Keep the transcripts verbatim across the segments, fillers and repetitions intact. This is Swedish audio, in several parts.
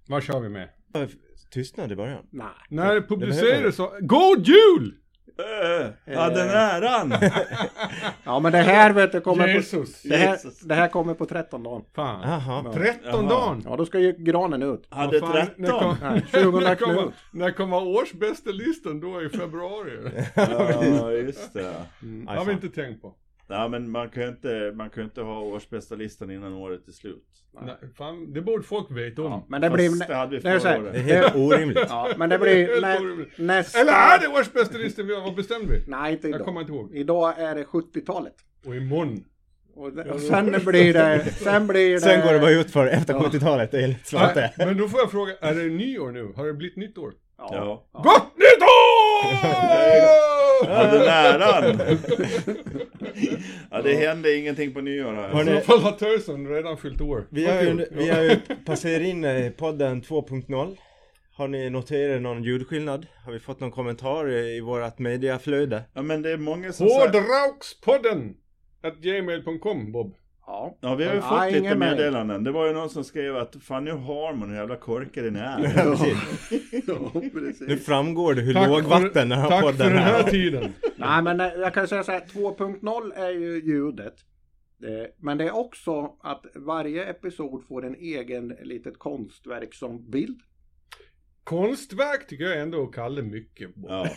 Vad kör vi med? Tystnad i början. Nej. När det publiceras så... God jul! Äh, ja, den äran. Ja, men det här vet du kommer Jesus. på... Det här, Jesus. det här kommer på tretton dagen. Fan. Jaha. tretton Jaha. dagen. Ja, då ska ju granen ut. Hade Vad fan, när kom- tretton. Nej, tjugo När kommer, Knut. när kommer årsbästa listan då i februari? Ja, just det. Mm. Har vi inte tänkt på. Ja, men man kan ju inte, man kan ju inte ha årsbästa listan innan året är slut. Nej, fan, det borde folk veta om. Ja, men det Fast blir... det hade vi det är så förra här, Det är året. helt orimligt. Ja, men det blir Helt nä, orimligt. nästa... Eller är det årsbästa listan vi har? Vad bestämde vi? Nej, inte Jag idag. kommer inte ihåg. Idag är det sjuttiotalet. Och imorgon. Och, det, och sen blir det... Sen blir det... Sen går det bara ut för efter sjuttiotalet. Det är lite Svante. Nej, men då får jag fråga, är det nyår nu? Har det blivit nytt år? Ja. Gott nytt år! Hade den äran. Ja, det hände ingenting på nyår här. Har I ni- så fall har Tösen redan fyllt år. Vi Vad har, ju, kul. vi har ju passerat in i podden två punkt noll. Har ni noterat någon ljudskillnad? Har vi fått någon kommentar i, i vårat mediaflöde? Ja, men det är många som säger... Hårdraukspodden at gmail punkt com, Bob. Ja. Ja, vi har ju Ja, fått lite ingen mail. meddelanden. Det var ju någon som skrev att fan, nu har man hur jävla korkad den är. Ja, precis. Ja, precis. Nu framgår det hur Tack lågvatten för, den här tack podden för den här är. tiden. Nej, men eh, jag kan säga så här, två punkt noll är ju ljudet. Eh, Men det är också att varje episod får en egen litet konstverk som bild. Konstverk tycker jag ändå kallar mycket. Bob. Ja.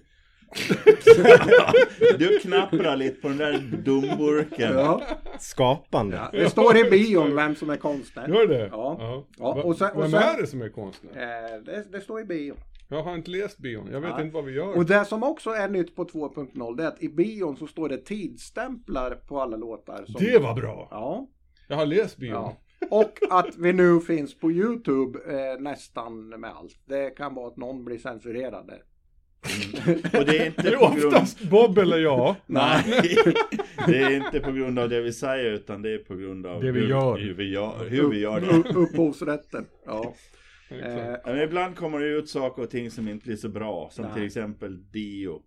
Du knapprar lite på den där dumburken. Ja. Skapande. Ja, det står i bion vem som är konstnär. Gör det? Ja. Ja, Va- och sen- och Vem sen- är det som är konstnär? Eh, Det, det står i bion. Jag har inte läst bion. Jag vet Ja. inte vad vi gör. Och det som också är nytt på två punkt noll det är att i bion så står det tidsstämplar på alla låtar. Som... Det var bra. Ja. Jag har läst bion. Ja. Och att vi nu finns på YouTube eh, nästan med allt. Det kan vara att någon blir censurerad där. Och det är inte Det är på grund... oftast Bob eller jag. Nej, det är inte på grund av det vi säger, utan det är på grund av Det vi hur, gör. hur, vi gör, hur vi gör det. Upp- Upphovsrätten. Ja. Exakt. Eh, Ja, men ibland kommer det ut saker och ting som inte blir så bra. Som Nej. till exempel Dio.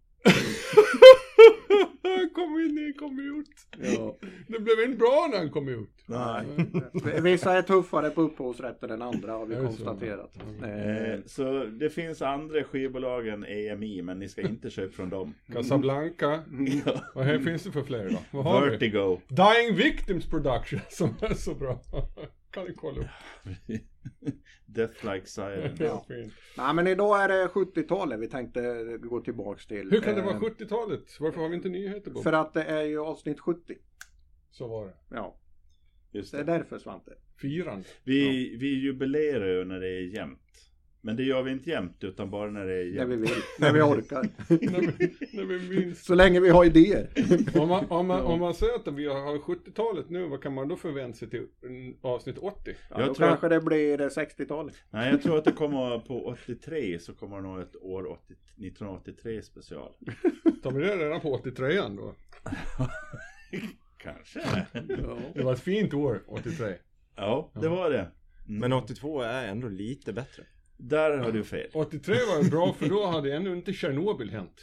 kom in i kom ut. ja. Det blev inte bra när han kom ut. Nej. Vissa är tuffare på upphovsrätten än andra har vi Är det så? konstaterat. Eh, Eh, så det finns andra skivbolag än E M I, men ni ska inte köpa från dem. Casablanca. Ja. Vad här finns det för fler då? Vad har vi? Vertigo. Dying Victims Production som är så bra. Kan ni kolla upp. Death Like Silence. Ja. Fint. Nej, men idag är det sjuttiotalet vi tänkte gå tillbaks till. Hur kan det Eh, vara sjuttiotalet? Varför har vi inte nyheter på? För att det är ju avsnitt sjuttio. Så var det. Ja, Just det är det. därför Svante. Firande. Vi, vi jubilerar ju när det är jämnt. Men det gör vi inte jämnt, utan bara när det är När vi jämnt. vill, när vi orkar. när, vi, när vi minns. Så länge vi har idéer. Om man, om, man, om man säger att vi har sjuttiotalet nu, vad kan man då förvänta sig till mm, avsnitt åttio? Ja, Jag då tror kanske det blir sextiotalet. Nej, jag tror att det kommer på åttiotre, så kommer det nog ett år åttio, nittonhundraåttiotre special. Tar vi det redan på åttiotre då? Kanske. Det var ett fint år, åttiotre. Ja, det var det. Mm. Men åttiotvå är ändå lite bättre. Där har du fel. åttiotre var bra för då hade ännu inte Tjernobyl hänt.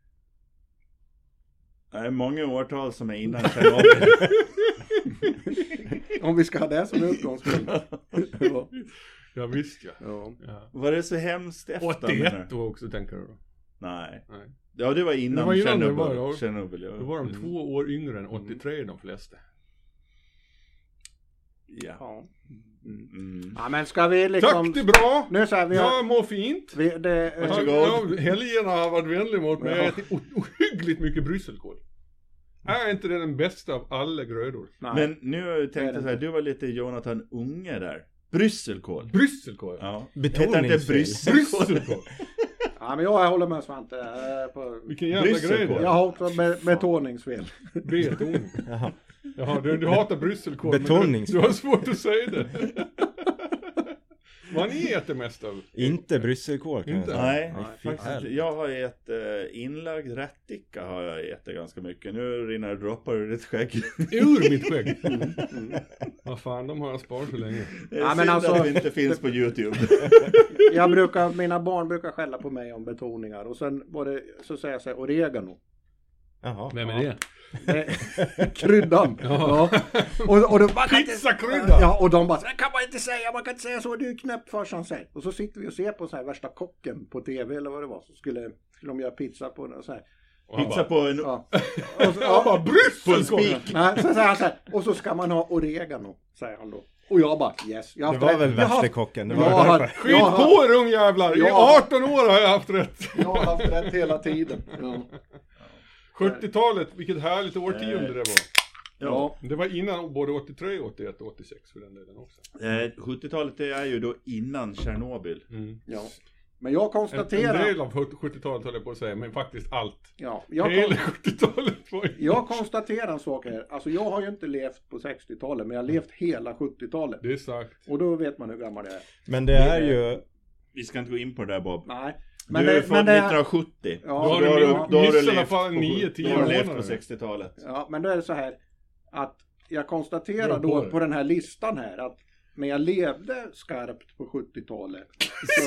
Det är många årtal som är innan Tjernobyl. Om vi ska ha det som utgångspunkt. Ja. Ja visst ja. Ja. ja. Var det så hemskt efter? menar åttioett du? då också tänker du då? Nej. Nej. Ja, det var innan, Det var innan det Tjernobyl. var, ja. Tjernobyl, ja. Då var de två år yngre än åttiotre de flesta. Ja. Ja. Mm. Ja, men ska vi liksom... Tack, det är bra! Nu så här, vi har... Jag mår fint. Vi, det, Ja, Varsågod. ja, helgerna har varit vänlig mot mig. Jag Ja. äter o- ohyggligt mycket brysselkål. Är inte det den bästa av alla grödor? nej. Men nu tänkte Det är jag det så här, du var lite Jonathan Unge där. Brysselkål. Brysselkål? Ja. Betoningsfel. Heter inte brysselkål. Brysselkål? Ja, men jag håller med Svante. eh, På... Vilken jävla grej Brysselkål. det Jag är. har också be- betoningsfel. Betoning. Jaha. Jaha, du, du hatar brysselkål. men Betoningsfel. Du, du har svårt att säga det. Vad ni äter mest av? Inte brysselkål kan jag Inte? säga. Nej, Nej, fy faktiskt. helvete. Jag har ätit äh, inlagd rätticka har jag ätit ganska mycket. Nu rinner det droppar ur ditt skägg. Ur mitt skägg. Vad fan, de har jag sparat så länge. Det är Ja, men synd alltså- att det inte finns på YouTube. Jag brukar, mina barn brukar skälla på mig om betoningar. Och sen var det, så säger jag så här, oregano. Jaha. Vem är det? Kryddan. Ja. Och, och de, man kan inte- Pizzakryddan. Ja, och de bara, det kan man inte säga, man kan inte säga så, du är knäpp för som säger. Och så sitter vi och ser på så här värsta kocken på tv eller vad det var, så skulle, skulle de göra pizza på den och så här. Och han Pizza bara, på en... Ja. Och så, han bara, ja, Bryssel På en spik. nej, så säger han så här, och så ska man ha oregano, säger han då. Och jag bara, yes. Jag har Det haft var rätt. väl Jag har värsta haft- kocken. Det jag var har- därför. skit jag har- på er ungjävlar! I Ja. arton år har jag haft rätt. Jag har haft rätt hela tiden. Ja. sjuttiotalet, vilket härligt årtionde det var. Ja. Det var innan både åttiotre, åttioett och åttiosex för den delen också. Eh, sjuttiotalet det är ju då innan Tjernobyl. Mm. Ja. Men jag En, en konstaterar... del av sjuttiotalet höll jag på att säga, men faktiskt allt. Ja, jag, Hela kon, sjuttiotalet var ju... jag konstaterar en sak här. Alltså jag har ju inte levt på sextiotalet, men jag har levt hela sjuttiotalet. Det är sagt. Och då vet man hur gammal jag är. Men det är ju... Vi ska inte gå in på det där Bob. Nej. du är född nittonhundrasjuttio. Ja, Då har då du har du, min- då har du missat i alla levt fall på- nio, tio då har du levt månader. på sextiotalet. ja, men då är det så här att jag konstaterar Bra på då det. på den här listan här att när jag levde skarpt på sjuttiotalet så,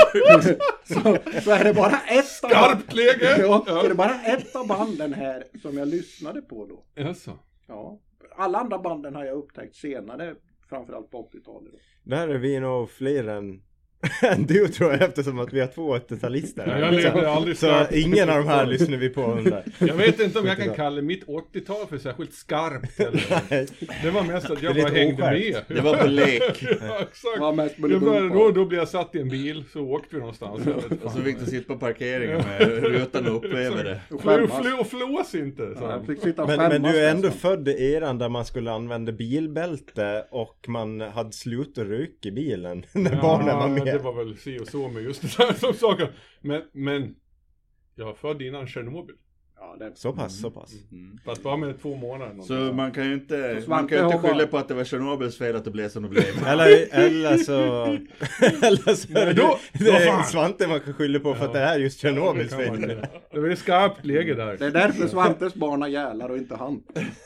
så, så är det bara ett av Skarpt läge! ja, Ja. så är det bara ett av banden här som jag lyssnade på då. Jaså? Ja. Alla andra banden har jag upptäckt senare, framförallt på åttiotalet. Då. Där är vi nog fler än, än du tror jag, eftersom att vi har två åttiotalister. Ja, jag levde aldrig Så skarpt. ingen av de här lyssnar vi på under. Jag vet inte om jag kan kalla mitt åttiotal för särskilt skarpt eller. Nej. Det var mest att jag Det är bara lite hängde oskärpt. med. Det var på lek. Ja, exakt. Var mest Det var, då, då blev jag satt i en bil, så åkte vi någonstans. Jag vet Och fan. så fick du sitta på parkeringen med rutan upp över det. Och Flå, skämmas. flå, flås inte. Så. Ja, jag fick sitta och Men, men skämmas du är ändå nästan. född i eran där man skulle använda bilbälte och man hade slutat röka i bilen när barnen var med. det var väl si och så med just det där som saker. Men, men jag var född innan Tjernobyl. Ja, det, Så pass, så pass. Mm. Fast bara med två månader. Så någonting. man kan ju inte, Så Svante man kan ju inte har bara- skylla på att det var Tjernobyls fel att det blev som det blev. Eller, eller så... eller så Nej, är då- det, då det är fan. Svante man kan skylla på för att det här är just Tjernobyls Det kan man fel. inte. Det var ett skarpt läge där. det är därför Svantes barn har gälar och inte han.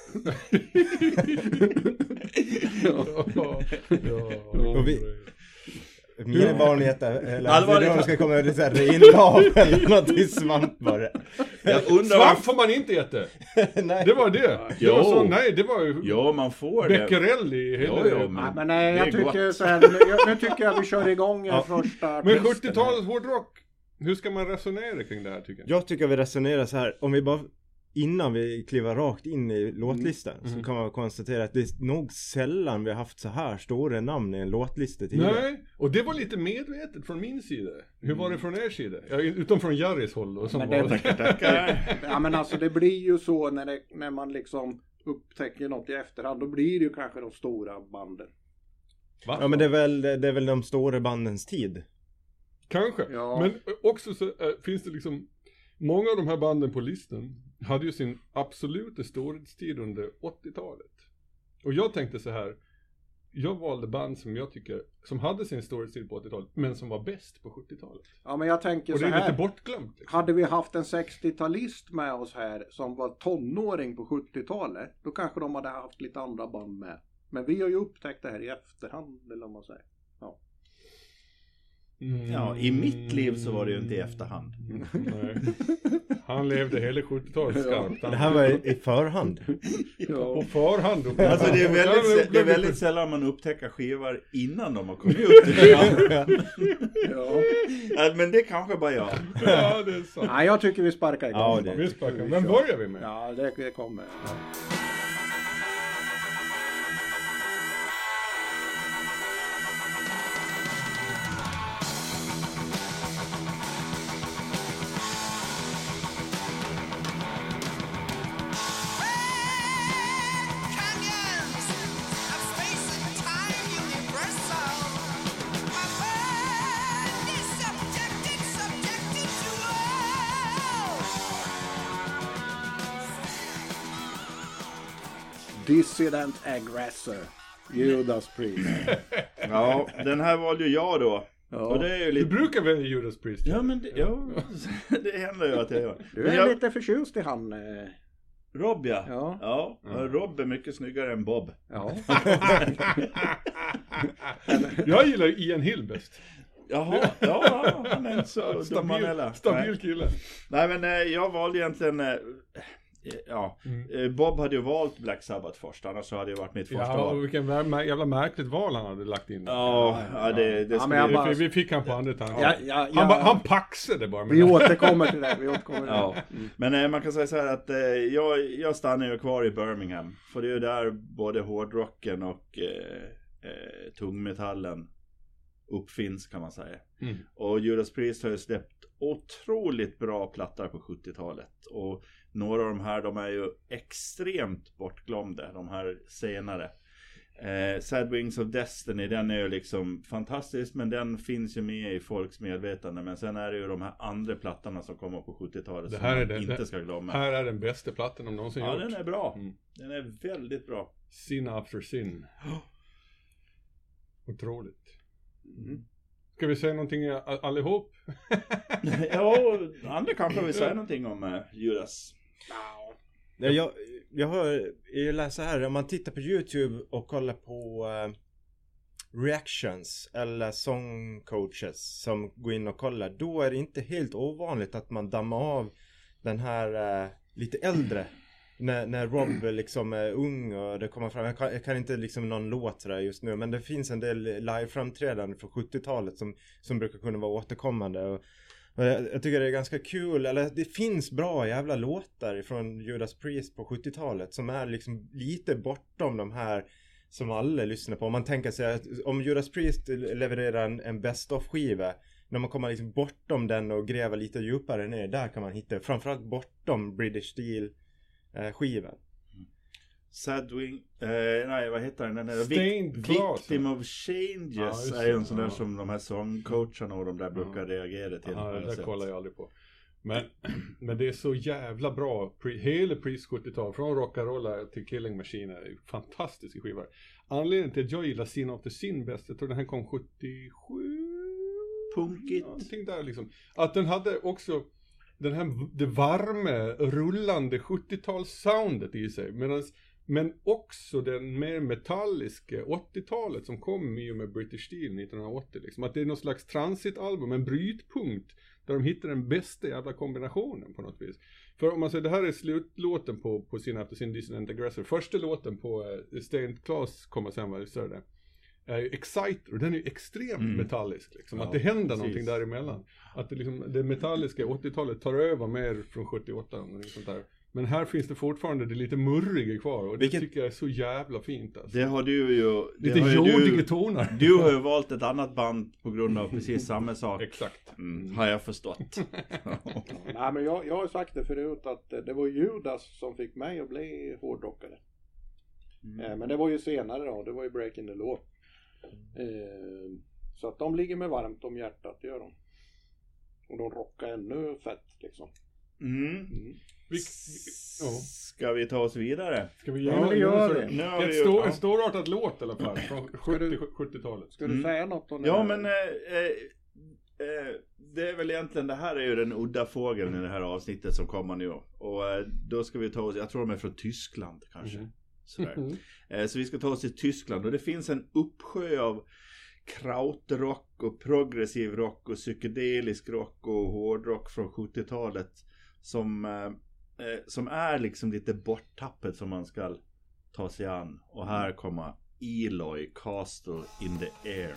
Ja, ja. Och vi- Mina barn heter, eller Allvarligt. de ska komma ut så här renlav eller något i svamp bara. Jag undrar Svamp varför... får man inte äta. Nej. Det var det. Det Jo. var så, nej, det var ju Ja, man får det. becquerel i hela Jo, jo, Nej, men men nej, det jag är tycker gott. så här, nu, jag, nu tycker jag vi kör igång Ja. första Men testen här. sjuttiotalets hårdrock, hur ska man resonera kring det här tycker jag? Jag tycker vi resonerar så här, om vi bara innan vi kliver rakt in i låtlistan Mm. så kan man konstatera att det är nog sällan vi har haft så här stora namn i en låtlista tidigare. Nej, och det var lite medvetet från min sida. Hur var det från er sida? Ja, utom från Jarrys håll då, som Men var... det, ja men alltså det blir ju så när, det, när man liksom upptäcker något i efterhand, då blir det ju kanske de stora banden. Va? Ja men det är väl, det är väl de stora bandens tid. Kanske. Ja. Men också så äh, finns det liksom... Många av de här banden på listan hade ju sin absoluta storhetstid under åttiotalet. Och jag tänkte så här. Jag valde band som jag tycker, som hade sin storhetstid på åttiotalet, men som var bäst på sjuttiotalet. Ja men jag tänker Och så det är lite här. bortglömt. Liksom. Hade vi haft en sextiotalist med oss här som var tonåring på sjuttiotalet, då kanske de hade haft lite andra band med. Men vi har ju upptäckt det här i efterhand, eller vad man säger. Ja. Mm. Ja, i mitt liv så var det ju inte i efterhand. Nej. Han levde hela sjuttiotalet skarpt. Det här var i, i förhand. På förhand. Då. Alltså det är Ja, väldigt, men- det är väldigt sällan man upptäcker skivor innan de har kommit ut. Ja. Ja. Ja, men det är kanske bara jag. Ja, det är sant. Nej, jag tycker vi sparkar igång. Ja, det- Vi sparkar. Vem börjar vi med? Ja, det, det kommer. Ja. Canyons of space and time universal. My mind is subjected, subjected to all. Dissident Aggressor. Judas Priest. Ja, den här valde ju jag då. Ja. Och det är ju Du lite... brukar väl Judas Priest? Ja, men det, ja, det händer ju att jag gör. Du Men är jag, lite förtjust i han. eh, Rob, ja. Ja. Ja, Rob är mycket snyggare än Bob. Ja. Jag gillar Ian Hill bäst. Jaha, ja, han är inte så dum han Stabil, heller. stabil Nej. kille. Nej, men eh, jag valde egentligen... Eh, Ja, Mm. eh, Bob hade ju valt Black Sabbath först, annars så hade det varit mitt första Ja, val. och vilken vär- jävla märkligt val han hade lagt in. Ja, ja, det, det Ja, skulle men jag ju- bara- Vi, vi fick han på andra tankar. Ja, ja, Han, ja. ba, han paxade bara med Vi det. återkommer till det. Vi återkommer till Ja, det. Mm. men eh, man kan säga så här att eh, jag, jag stannar ju kvar i Birmingham. För det är ju där både hårdrocken och eh, eh, tungmetallen uppfinns, kan man säga. Mm. Och Judas Priest har ju släppt otroligt bra plattor på sjuttiotalet. Och några av de här, de är ju extremt bortglömda, de här senare. Eh, Sad Wings of Destiny, den är ju liksom fantastisk, men den finns ju med i folks medvetande. Men sen är det ju de här andra plattorna som kommer på sjuttiotalet Det som här man är det- inte det- ska glömma. Här är den bästa plattan de någonsin Ja, gjort. den är bra. Mm. Den är väldigt bra. Sin after sin. Otroligt. Mm. Ska vi säga någonting a- allihop? Ja, andra kanske vill säga någonting om eh, Judas. Ja, jag, jag har jag läser här, om man tittar på YouTube och kollar på eh, reactions eller songcoaches som går in och kollar, då är det inte helt ovanligt att man dammar av den här eh, lite äldre. När, när Rob liksom är ung och det kommer fram, jag kan, jag kan inte liksom någon låt där just nu, men det finns en del liveframträdanden från sjuttiotalet som, som brukar kunna vara återkommande. Och, och jag, jag tycker det är ganska kul, eller det finns bra jävla låtar från Judas Priest på sjuttiotalet som är liksom lite bortom de här som alla lyssnar på. Om man tänker sig att om Judas Priest levererar en, en best-of-skiva, när man kommer liksom bortom den och gräver lite djupare ner, där kan man hitta, framförallt bortom British Steel eh, skivan. Sadwing, eh, nej vad heter den? den är Stained Vic- Glass. Victim of Changes Ja, just är ju en det. sån där Ja. som de här sångcoacherna och de där brukar reagera till. Ja, har det jag där sett. kollar jag aldrig på. Men, men det är så jävla bra. Pre, hela Priest sjuttiotal, från Rock'n'Rolla till Killing Machine, är ju fantastiska skivor. Anledningen till att jag gillar Sin After Sin bäst, jag tror den här kom sjuttiosju. Punkigt. Någonting där liksom. Att den hade också den här, det varma, rullande sjuttiotalssoundet i sig. Medans, men också den mer metalliska åttiotalet som kom i och med British Steel nittonhundraåttio. Liksom. Att det är någon slags transitalbum, en brytpunkt där de hittar den bästa jävla kombinationen på något vis. För om man säger, det här är slutlåten på, på Sin After Sin, Dissonant Aggressor. Första låten på uh, Stained Glass kommer sen vara större. Är ju Exciter, och den är ju extremt Mm. metallisk liksom. Ja, Att det händer precis. någonting däremellan. Att det, liksom, det metalliska åttiotalet tar över mer från sjuttioåtta och något sånt där. Men här finns det fortfarande det lite murriga kvar, och det Vilket- tycker jag är så jävla fint alltså. Det har du ju... Det Lite har ju jordiga du, toner. du har ju valt ett annat band på grund av precis samma sak. Exakt. Mm, har jag förstått. Nej, men jag, jag har sagt det förut att eh, det var Judas som fick mig att bli hårdrockare. Eh, men det var ju senare då, det var ju Breaking the Law. Eh, så att de ligger med varmt om hjärtat, gör de. Och de rockar ännu fett liksom. Mm. Mm. Vi, vi, ja. Ska vi ta oss vidare? Ska vi Ja, det gör vi. Nu har vi Ett ju- stor, ja. en storartad låt i alla fall, från du- sjuttio, sjuttiotalet. Ska du Mm. säga något om det Ja, här? men eh, eh, eh, det är väl egentligen, det här är ju den udda fågeln i det här avsnittet som kommer nu. Och eh, då ska vi ta oss, jag tror de är från Tyskland kanske. Mhm. Sådär. Mm. Eh, så vi ska ta oss till Tyskland, och det finns en uppsjö av krautrock och progressiv rock och psykedelisk rock och hårdrock från sjuttiotalet som, eh, eh, som är liksom lite borttappet som man ska ta sig an. Och här kommer Eloy, Castle in the Air.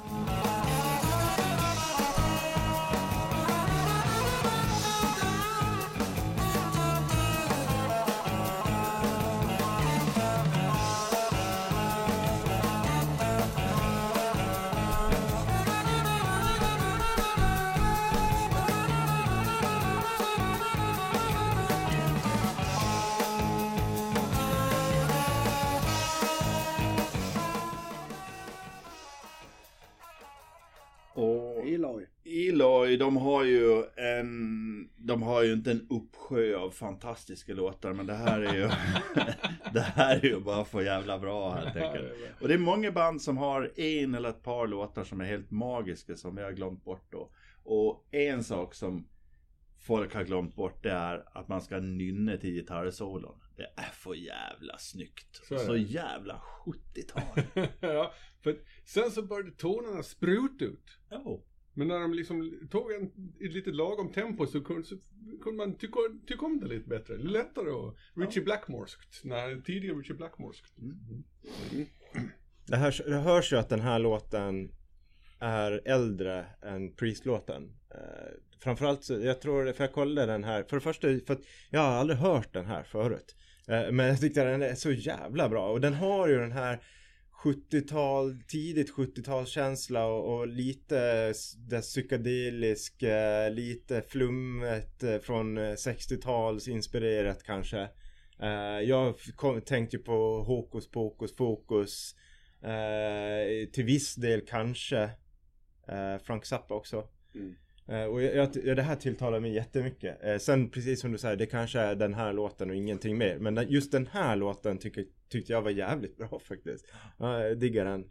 Och Eloy. Eloy, de har ju en, de har ju inte en uppsjö av fantastiska låtar, men det här är ju det här är ju bara för jävla bra helt enkelt. Och det är många band som har en eller ett par låtar som är helt magiska som vi har glömt bort då. Och en sak som folk har glömt bort, det är att man ska nynna till gitarrsolon. Det är för jävla snyggt. Så är Så, det. jävla sjuttiotal. Ja, för sen så började tonerna spruta ut. Ja. Men när de liksom tog en, ett lite lagom tempo så kunde, så kunde man tycka, tycka om det lite bättre. Det är lättare och Richie Blackmoreskt. När tidigare Richie Blackmoreskt. Mm. Mm. Det, hörs, det hörs ju att den här låten är äldre än Priest-låten. Eh, framförallt så, jag tror, för jag kollade den här, för det första, för att jag har aldrig hört den här förut. Eh, men jag tyckte den är så jävla bra. Och den har ju den här sjuttiotal, tidigt sjuttiotalskänsla och, och lite det psykedelisk, eh, lite flummet eh, från sextiotals inspirerat kanske. Eh, jag kom, tänkte ju på Hokus Pokus Fokus, eh, till viss del kanske eh, Frank Zappa också. Mm. Eh, och jag, jag, det här tilltalar mig jättemycket. Eh, sen precis som du säger, det kanske är den här låten och ingenting mer. Men den, just den här låten tycker, tyckte jag var jävligt bra faktiskt. Ja, jag diggar den.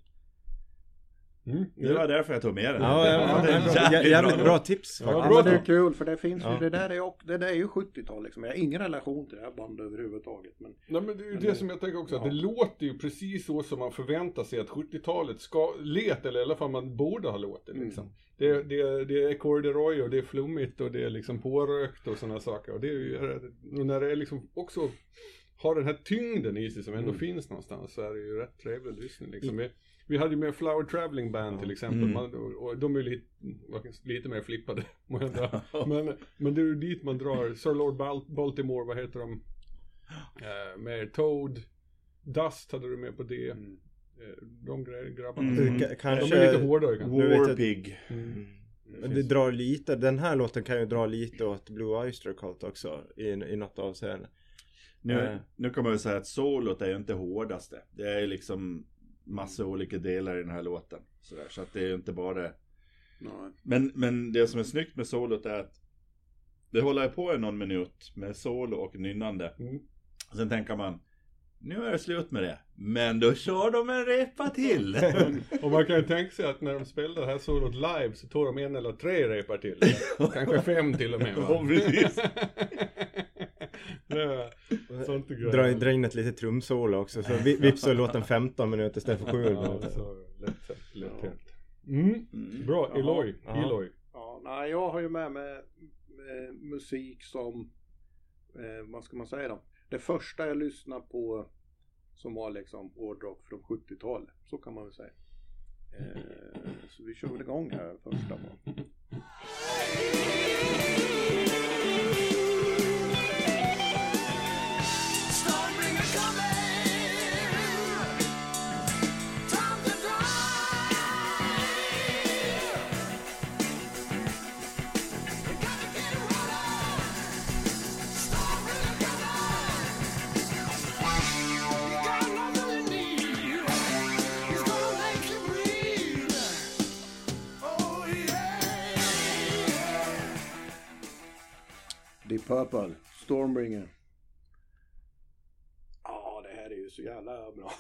Mm. Det var därför jag tog med den. Ja, ja, ja, det är ja, jävligt, jävligt bra, bra tips. Ja, Ja, men det är kul för det finns ja. ju, det där är ju, det där är ju sjuttiotal liksom. Jag har ingen relation till det här bandet överhuvudtaget. Men, Nej, men det är ju men det, det som jag tänker också, ja. att det låter ju precis så som man förväntar sig att sjuttiotalet ska let, eller i alla fall man borde ha låtit liksom. Mm. Det, det, det är corduroy och det är flummigt och det är liksom pårökt och sådana saker. Och det är ju, och när det är liksom också har den här tyngden i sig som ändå mm. finns någonstans, så är det ju rätt trevligt lyssning liksom. Vi, vi hade ju med Flower Traveling Band ja. till exempel, mm. man, och, och de är ju lite, lite mer flippade men, men det är ju dit man drar. Sir Lord Bal- Baltimore, vad heter de? Uh, med Toad, Dust hade du med på det. Mm. Uh, de gre- grabbarna mm. de, kanske, de är lite hårdare kanske. War Pig. Mm. Mm. Det drar lite, den här låten kan ju dra lite åt Blue Oyster Cult också i, i något avseende. Nu, uh. nu kan man väl säga att solot är ju inte hårdaste. Det är liksom massa olika delar i den här låten. Sådär. Så att det är ju inte bara det. Nej. Men, men det som är snyggt med solot är att det håller på en någon minut med solo och nynnande. Mm. Sen tänker man, nu är det slut med det. Men då kör de en repa till. Och man kan ju tänka sig att när de spelar det här solot live så tog de en eller tre repar till. Kanske fem till och med. Ja, precis. Sånt dra, dra in ett litet trumsolo också. Så vips så låten femton minuter istället för sju minuter. Ja, så lätt, lätt, lätt. Mm. Mm. Bra, Eloy. Eloy. Ja, nej, jag har ju med mig eh, musik som, eh, vad ska man säga då? Det första jag lyssnade på som var liksom hårdrock från sjuttiotalet. Så kan man väl säga. Eh, så vi kör väl igång här första gången. Deep Purple, Stormbringer. Ja, det här är ju så jävla bra.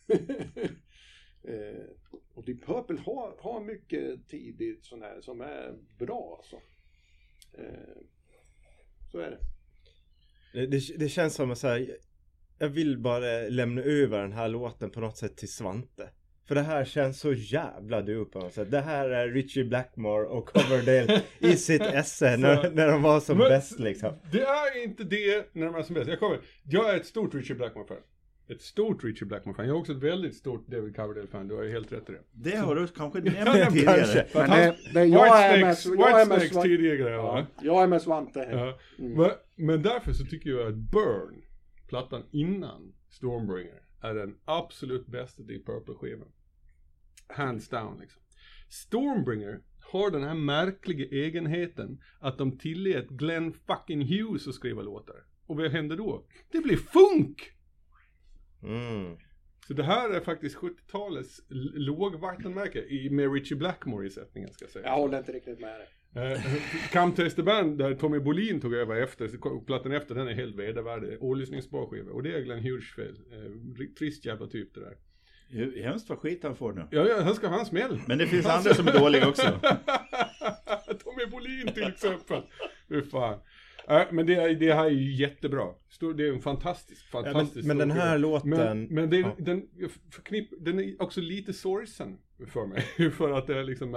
eh, och Deep Purple har, har mycket tidigt sån här som är bra alltså. Eh, så är det. Det, det, det känns som att säga, jag vill bara lämna över den här låten på något sätt till Svante. För det här känns så jävla du på något sätt. Det här är Richie Blackmore och Coverdale i sitt esse när, när de var som men, bäst liksom. Det är inte det när de är som bäst. Jag, kommer, jag är ett stort Richie Blackmore-fan. Ett stort Richie Blackmore-fan. Jag är också ett väldigt stort David Coverdale-fan. Du har ju helt rätt i det. Det har du kanske nämnt tidigare. Men det, det, jag är med, jag är med Snakes tidigare. Ja. Jag är med Svante här. Ja. Mm. Men, men därför så tycker jag att Burn, plattan innan Stormbringer, är den absolut bästa Deep Purple-skivan. Hands down liksom. Stormbringer har den här märkliga egenheten att de tillät Glenn fucking Hughes att skriva låtar. Och vad händer då? Det blir funk! Mm. Så det här är faktiskt sjuttiotalets lågvattenmärke i med Richie Blackmore i sättningen, ska jag säga. Jag håller inte riktigt med det. Come Taste the Band, där Tommy Bolin tog över efter, plattan efter, den är helt vedervärdig, olyssningsbar skiva. Och det är Glenn Hughes fel. Eh, trist jävla typ det där. Hur hemskt vad skit han får nu. Ja, ja, han ska ha en smäll. Men det finns andra som är dåliga också. Tommy Bolin till exempel. Hur fan. Äh, men det, det här är ju jättebra. Det är en fantastisk, fantastisk. Ja, men, men den här låten. Men, men det, ja. den, förknipp, den är också lite sorgsen för mig. För att det liksom är,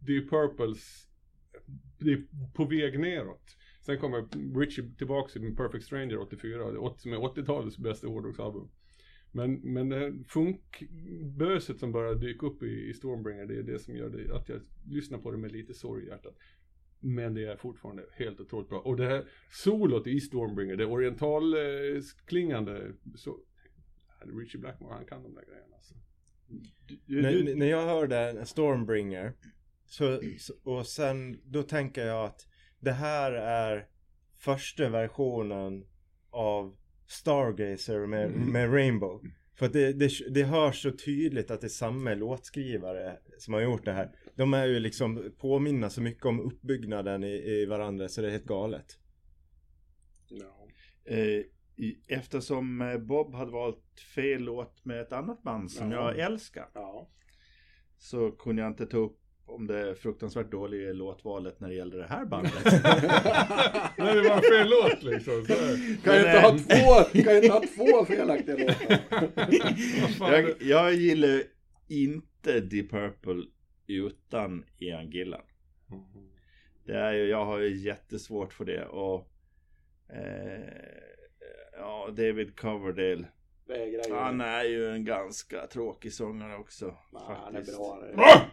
Deep Purples det är på väg neråt. Sen kommer Richie tillbaka med Perfect Stranger åttiofyra, som är åttiotalets bästa hårdrocksalbum. Men, men det funkböset som bara dyker upp i, i Stormbringer, det är det som gör det, att jag lyssnar på det med lite sorg i hjärtat. Men det är fortfarande helt otroligt bra. Och det här solot i Stormbringer, det orientalklingande, så Richie Blackmore, han kan de där grejerna. Alltså. Du, du, när, när jag hörde Stormbringer så, och sen då tänker jag att det här är första versionen av Stargazer med, mm. med Rainbow. För att det, det, det hörs så tydligt att det är samma låtskrivare som har gjort det här. De är ju liksom påminna så mycket om uppbyggnaden i, i varandra så det är helt galet. Ja. Eh, eftersom Bob hade valt fel låt med ett annat band som ja. jag älskar. Ja. Så kunde jag inte ta upp om det fruktansvärt dåliga låtvalet när det gäller det här bandet. Nej, det var fel låt liksom. Så kan jag inte ha två, kan jag inte ha två felaktiga låtar? jag, jag gillar inte Deep Purple utan Ian Gillan. Det är ju, jag har ju jättesvårt för det. Och eh, ja, David Coverdale. Han är ju en ganska tråkig sångare också. Nej, han är bra.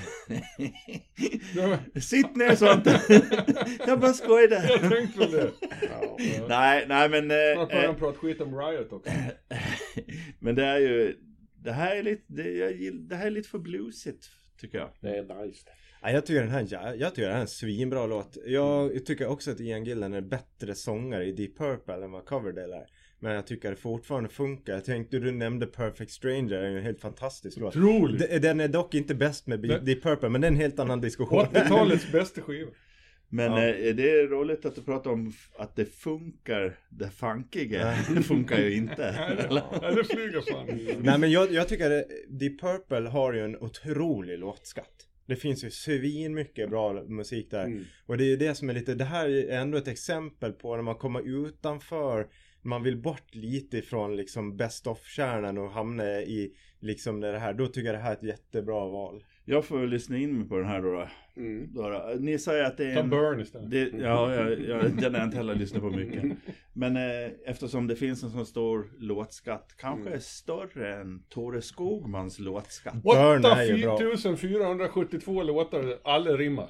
Sitt ner sånt. Jag bara skojade. Jag tänkte på det. Ja, ja. Nej, nej men snart börjar han prata skit om Riot också. Men det är ju det här är lite det, jag, det här är lite för bluesigt tycker jag. Det är nice. Ja, jag tycker den här jag, jag tycker den här är en svinbra låt. Jag tycker också att Ian Gillan är bättre sångare i Deep Purple än vad Coverdale är. Men jag tycker det fortfarande funkar. Jag tänkte du nämnde Perfect Stranger, det är en helt fantastisk låt. Otroligt. Den är dock inte bäst med det... Deep Purple, men det är en helt annan diskussion. åttiotalets bästa skiva. Men ja. eh, det är roligt att du pratar om att det funkar, det funkiga. Det funkar ju inte. Nej, det flyger fan. Nej, men jag, jag tycker att Deep Purple har ju en otrolig låtskatt. Det finns ju svin mycket bra musik där. Mm. Och det är ju det som är lite, det här är ändå ett exempel på när man kommer utanför, man vill bort lite ifrån liksom best of-kärnan och hamna i liksom det här. Då tycker jag det här är ett jättebra val. Jag får lyssna in mig på den här då. då. Mm. då, då. Ni säger att det är Ta en... Burn istället. Det, ja, jag, jag, den har jag inte heller lyssnat på mycket. Men eh, eftersom det finns en sån stor låtskatt, kanske mm. är större än Tore Skogmans låtskatt. åtta tusen fyrahundrasjuttiotvå låtar, alla rimmar.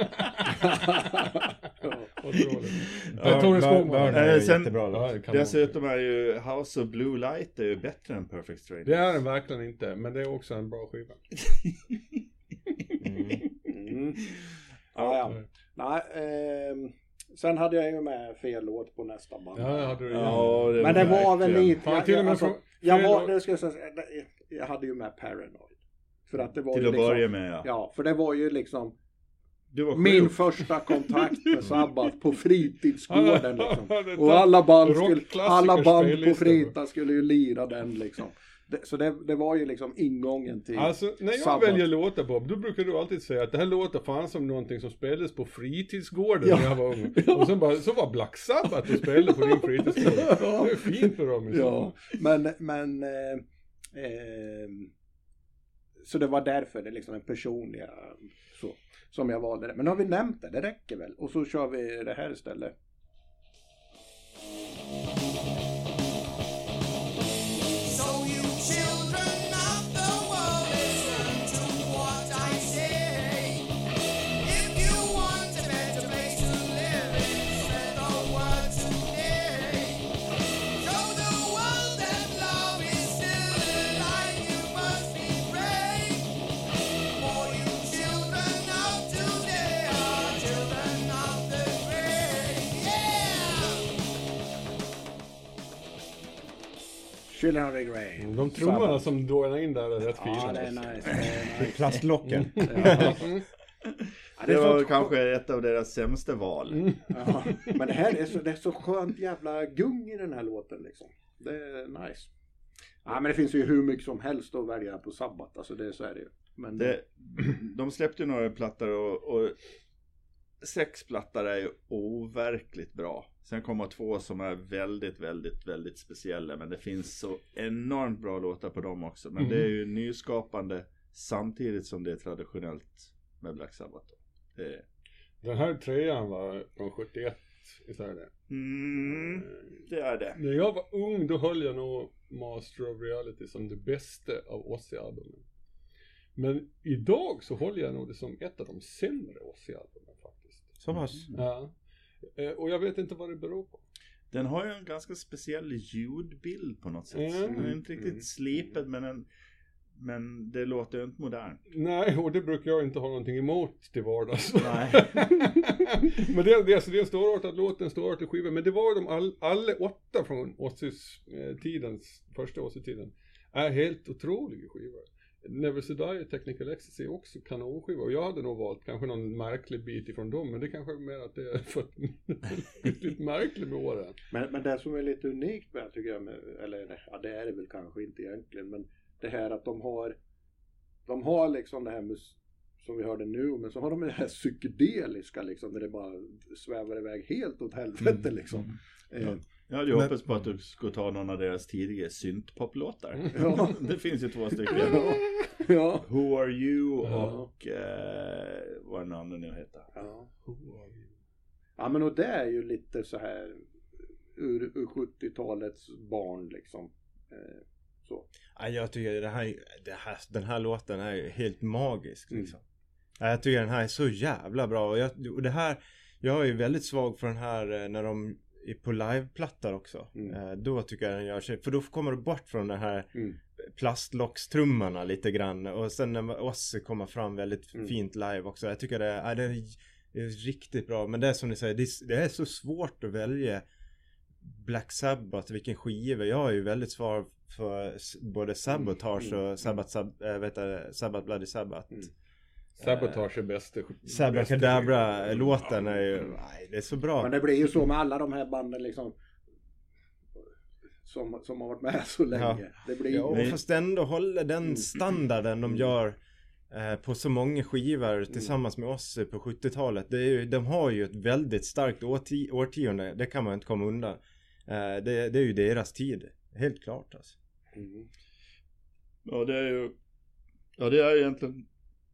Otroligt. Ja, Tore Skogman är äh, sen, jättebra låt. Ja, dessutom är ju House of Blue Light är ju bättre än Perfect Stranger. Det är den verkligen inte, men det är också en bra skiva. mm. Mm. Ja, ja. Nej, eh, sen hade jag ju med fel låt på nästa band. Ja, hade du, ja. Ja, det men det var väl lite... Jag, jag, alltså, jag, var, det ska jag, säga, jag hade ju med Paranoid. För att det var till ju att liksom, börja med, ja. Ja, för det var ju liksom min första kontakt med Sabbath på fritidsgården liksom. Och alla band skulle, alla band på fritids skulle ju lira den liksom. Det, så det, det var ju liksom ingången till alltså, när jag Sabbath. väljer låtar, Bob, då brukar du alltid säga att det här låter fan som någonting som spelades på fritidsgården ja. när jag var ung. Ja. Och sen bara, så var Black Sabbath och spelade på din fritidsgård. Ja. Det är fint för dem. Ja. Men, men eh, eh, så det var därför det är liksom en personliga så, som jag valde det. Men nu har vi nämnt det, det räcker väl. Och så kör vi det här istället. Children of the Grave. De trummorna som dånar in där är rätt fina. Ja, det är nice. Det är nice. Plastlocken. Mm. Ja. Ja, det, det var kanske ett av deras sämsta val. Mm. Ja. Men det här är så, det är så skönt jävla gung i den här låten liksom. Det är nice. Ja, men det finns ju hur mycket som helst att välja på Sabbath. Alltså det, så är det ju. Men det, de släppte ju några plattor och, och sex plattor är ju overkligt bra. Sen kommer två som är väldigt, väldigt, väldigt speciella. Men det finns så enormt bra låtar på dem också. Men mm. det är ju nyskapande samtidigt som det är traditionellt med Black Sabbath då. Det... Den här trean var från sjuttioett i Sverige. Mm, det är det. När jag var ung då höll jag nog Master of Reality som det bästa av Ozzy-albumen. Men idag så håller jag nog det som ett av de sämre Ozzy-albumen faktiskt. Så pass. Mm. Ja. Och jag vet inte vad det beror på. Den har ju en ganska speciell ljudbild på något sätt. Mm. Den är inte riktigt mm. slipad men, en, men det låter ju inte modernt. Nej, och det brukar jag inte ha någonting emot till vardags. Nej. Men det, det, alltså, det är en storartad låt, en storartad skiva. Men det var de all, alla åtta från Ozzys eh, tidens, första Ozzy-tiden. Är helt otroliga skivor. Never Say Die, Technical Ecstasy är också kanonskiva. Och jag hade nog valt kanske någon märklig bit ifrån dem. Men det kanske är mer att det är för lite märkligt med åren. Men, men det som är lite unikt med, tycker jag, med, eller ja, det är det väl kanske inte egentligen. Men det här att de har, de har liksom det här mus, som vi hörde nu. Men så har de det här psykedeliska liksom. Där det bara svävar iväg helt åt helvete mm. liksom. Mm. Eh, Jag hade ju hoppats på att du skulle ta någon av deras tidigare syntpoplåtar. Ja. Det finns ju två stycken. Ja. Ja. Who Are You och eh, vad den andra nu heter. Ja. Who Are You? Ja, men och det är ju lite så här ur, ur sjuttiotalets barn liksom. Eh, så. Ja, jag tycker det här, det här, den här låten är helt magisk liksom. Mm. Ja, jag tycker den här är så jävla bra. Och, jag, och det här, jag är ju väldigt svag för den här när de är på liveplattor också. Mm. Eh, då tycker jag den gör sig, för då kommer du bort från den här mm. plastlockstrummarna lite grann. Och sen när Ozzy kommer fram väldigt mm. fint live också. Jag tycker det är, det är, det är riktigt bra. Men det är som ni säger, det är, det är så svårt att välja Black Sabbath, vilken skiva. Jag är ju väldigt svår för både Sabotage mm. och Sabbath, Sab, äh, vet jag, Sabbath Bloody Sabbath. Mm. Sabotage är bästa. Sabbath Kadabra låten är ju, nej, det är så bra. Men det blir ju så med alla de här banden liksom som, som har varit med så länge. Ja. Det blir ja, och fast ändå håller den standarden de gör eh, på så många skivor tillsammans med oss på sjuttiotalet. Det är ju, de har ju ett väldigt starkt årti- årtionde, det kan man inte komma undan. Eh, det, det är ju deras tid, helt klart alltså. Mm. Ja, det är ju, ja, det är egentligen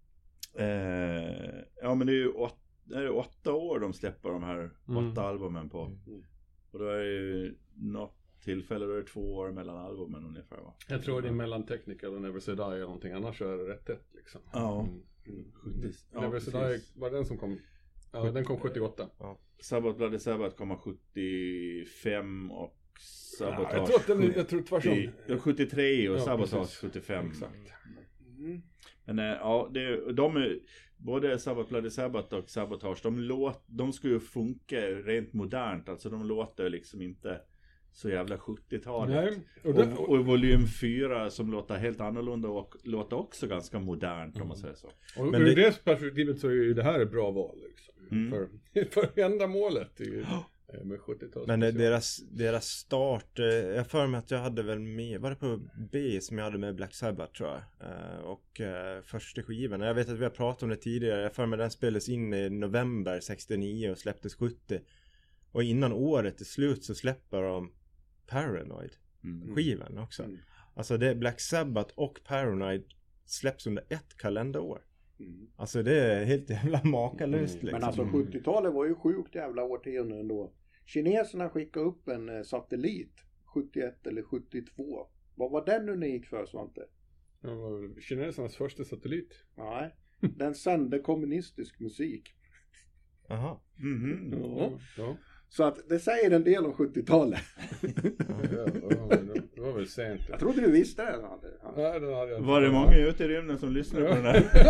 Eh, ja men det är ju åt, det är åtta år de släpper de här mm. åtta albumen på. Mm. Och då är det ju något tillfälle då är det två år mellan albumen ungefär, va? Jag tror det är mellan Technical och Never Say Die eller någonting, annars är det rätt tätt liksom. Ja. Mm. Mm. sjuttio, ja Never Say Die var den som kom. Ja, sjuttio, den kom sjuttioåtta. Ja. Sabbath Bloody Sabbath kommer sjuttiofem och Sabotage. Ja, jag tror att den, jag tror tvärtom. Ja, sjuttiotre och ja, Sabotage precis. sjuttiofem. Exakt. Mm. Men ja, det, de är både Sabbath Bloody Sabbath och Sabotage, de, låt, de ska ju funka rent modernt, alltså de låter liksom inte så jävla sjuttiotalet. Nej, och, det, och, och volym fyra som låter helt annorlunda och låter också ganska modernt mm. om man säger så. Och ur det, det perspektivet så är ju det här ett bra val liksom. Mm. För, för ändamålet i, med sjuttiotalet. Men det, deras, deras start, jag för mig att jag hade väl med, var det på B som jag hade med Black Sabbath tror jag. Och uh, första skivan, jag vet att vi har pratat om det tidigare, jag för mig den spelades in i november sextionio och släpptes sjuttio. Och innan året är slut så släpper de Paranoid mm. skivan också. Mm. Alltså det är Black Sabbath och Paranoid släpps under ett kalenderår. Mm. Alltså det är helt jävla makalöst mm. liksom. Men alltså sjuttiotalet var ju sjukt jävla årtionden ändå. Kineserna skickade upp en satellit sjuttioett eller sjuttiotvå. Vad var den unik för, Svante? Det var kinesernas första satellit. Nej, den sände kommunistisk musik. Aha. Mm-hmm. Ja, ja. Så att det säger en del om sjuttiotalet. Ja, ja, ja, det var väl sent. Jag trodde du visste det. Nej, det hade jag var det många ute i rymden som lyssnade ja. på den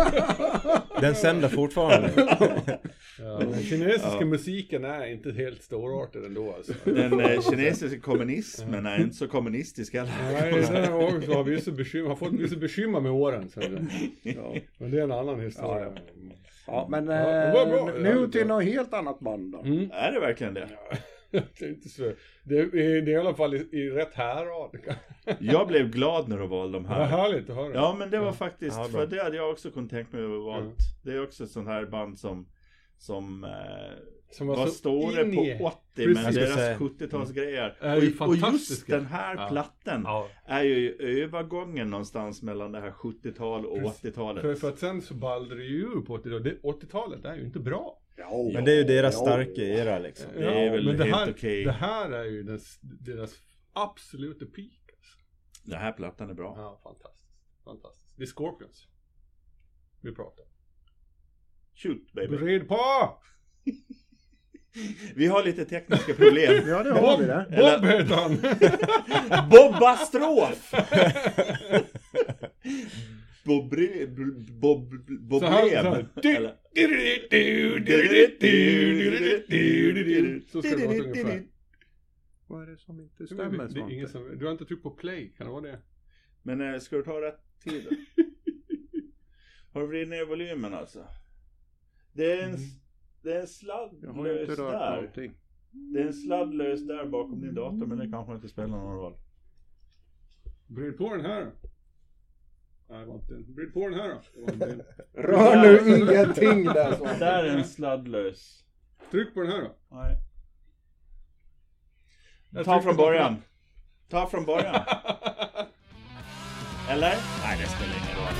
här? Den sänder fortfarande. Ja, den kinesiska ja. musiken är inte helt storartad ändå. Alltså. Den eh, kinesiska kommunismen är inte så kommunistisk heller. Nej, den har också har vissa bekymmer, har fått vissa bekymmer med åren. Så det. Ja. Men det är en annan historia. Ja, ja. Ja, men ja, eh, nu till något helt annat band då. Mm. Är det verkligen det? Ja, det är inte så. Det är, det är i alla fall i, i rätt härad. Jag blev glad när du valde de här. Ja, härligt att höra. Ja, men det var faktiskt, ja, för det hade jag också kunnat tänka mig att valt. Mm. Det är också sån här band som, som eh, Som var, var så stora in i- på åttio Precis. med Jag skulle deras säga- sjuttiotalsgrejer. Är ju Och, och just fantastiska. den här Ja. plattan Ja. är ju övergången någonstans mellan det här sjuttiotal och Precis. åttiotalet. För, för att sen så ballade det ju ur på åttiotalet. Det- åttiotalet är ju inte bra. Ja, Men det är ju deras ja, starka era liksom. Det är väl men det helt här, okej. det här är ju deras, deras absoluta peak. Alltså. Den här plattan är bra. Ja, fantastiskt. Fantastiskt. Det är Scorpions. Vi pratar. Shoot baby. Bered på! Vi har lite tekniska problem. Ja, det har vi det. Bob heter han! Bobbastrof! Bobre... Bob... Så här, så Boblem. här. Eller- Så ska det vara ungefär. Vad är det som inte Det stämmer? är, det är ingen som, du har inte tryckt på play, kan det vara det? Men eh, ska du ta rätt tid då? Har du vridit ner volymen alltså? Det är en, det är en Jag har ju inte sladdlös rört där. någonting. Det är en sladdlös där bakom din dator, men det kanske inte spelar någon roll. Bred på den här då. Nej, det var inte en. Bred på den här då. Det var inte en. Rör nu ingenting där så. Där är en sladdlös. Tryck på den här då. Nej. Jag Ta tryckte från på början. Ta från början. Eller? Nej, det spelar ingen roll.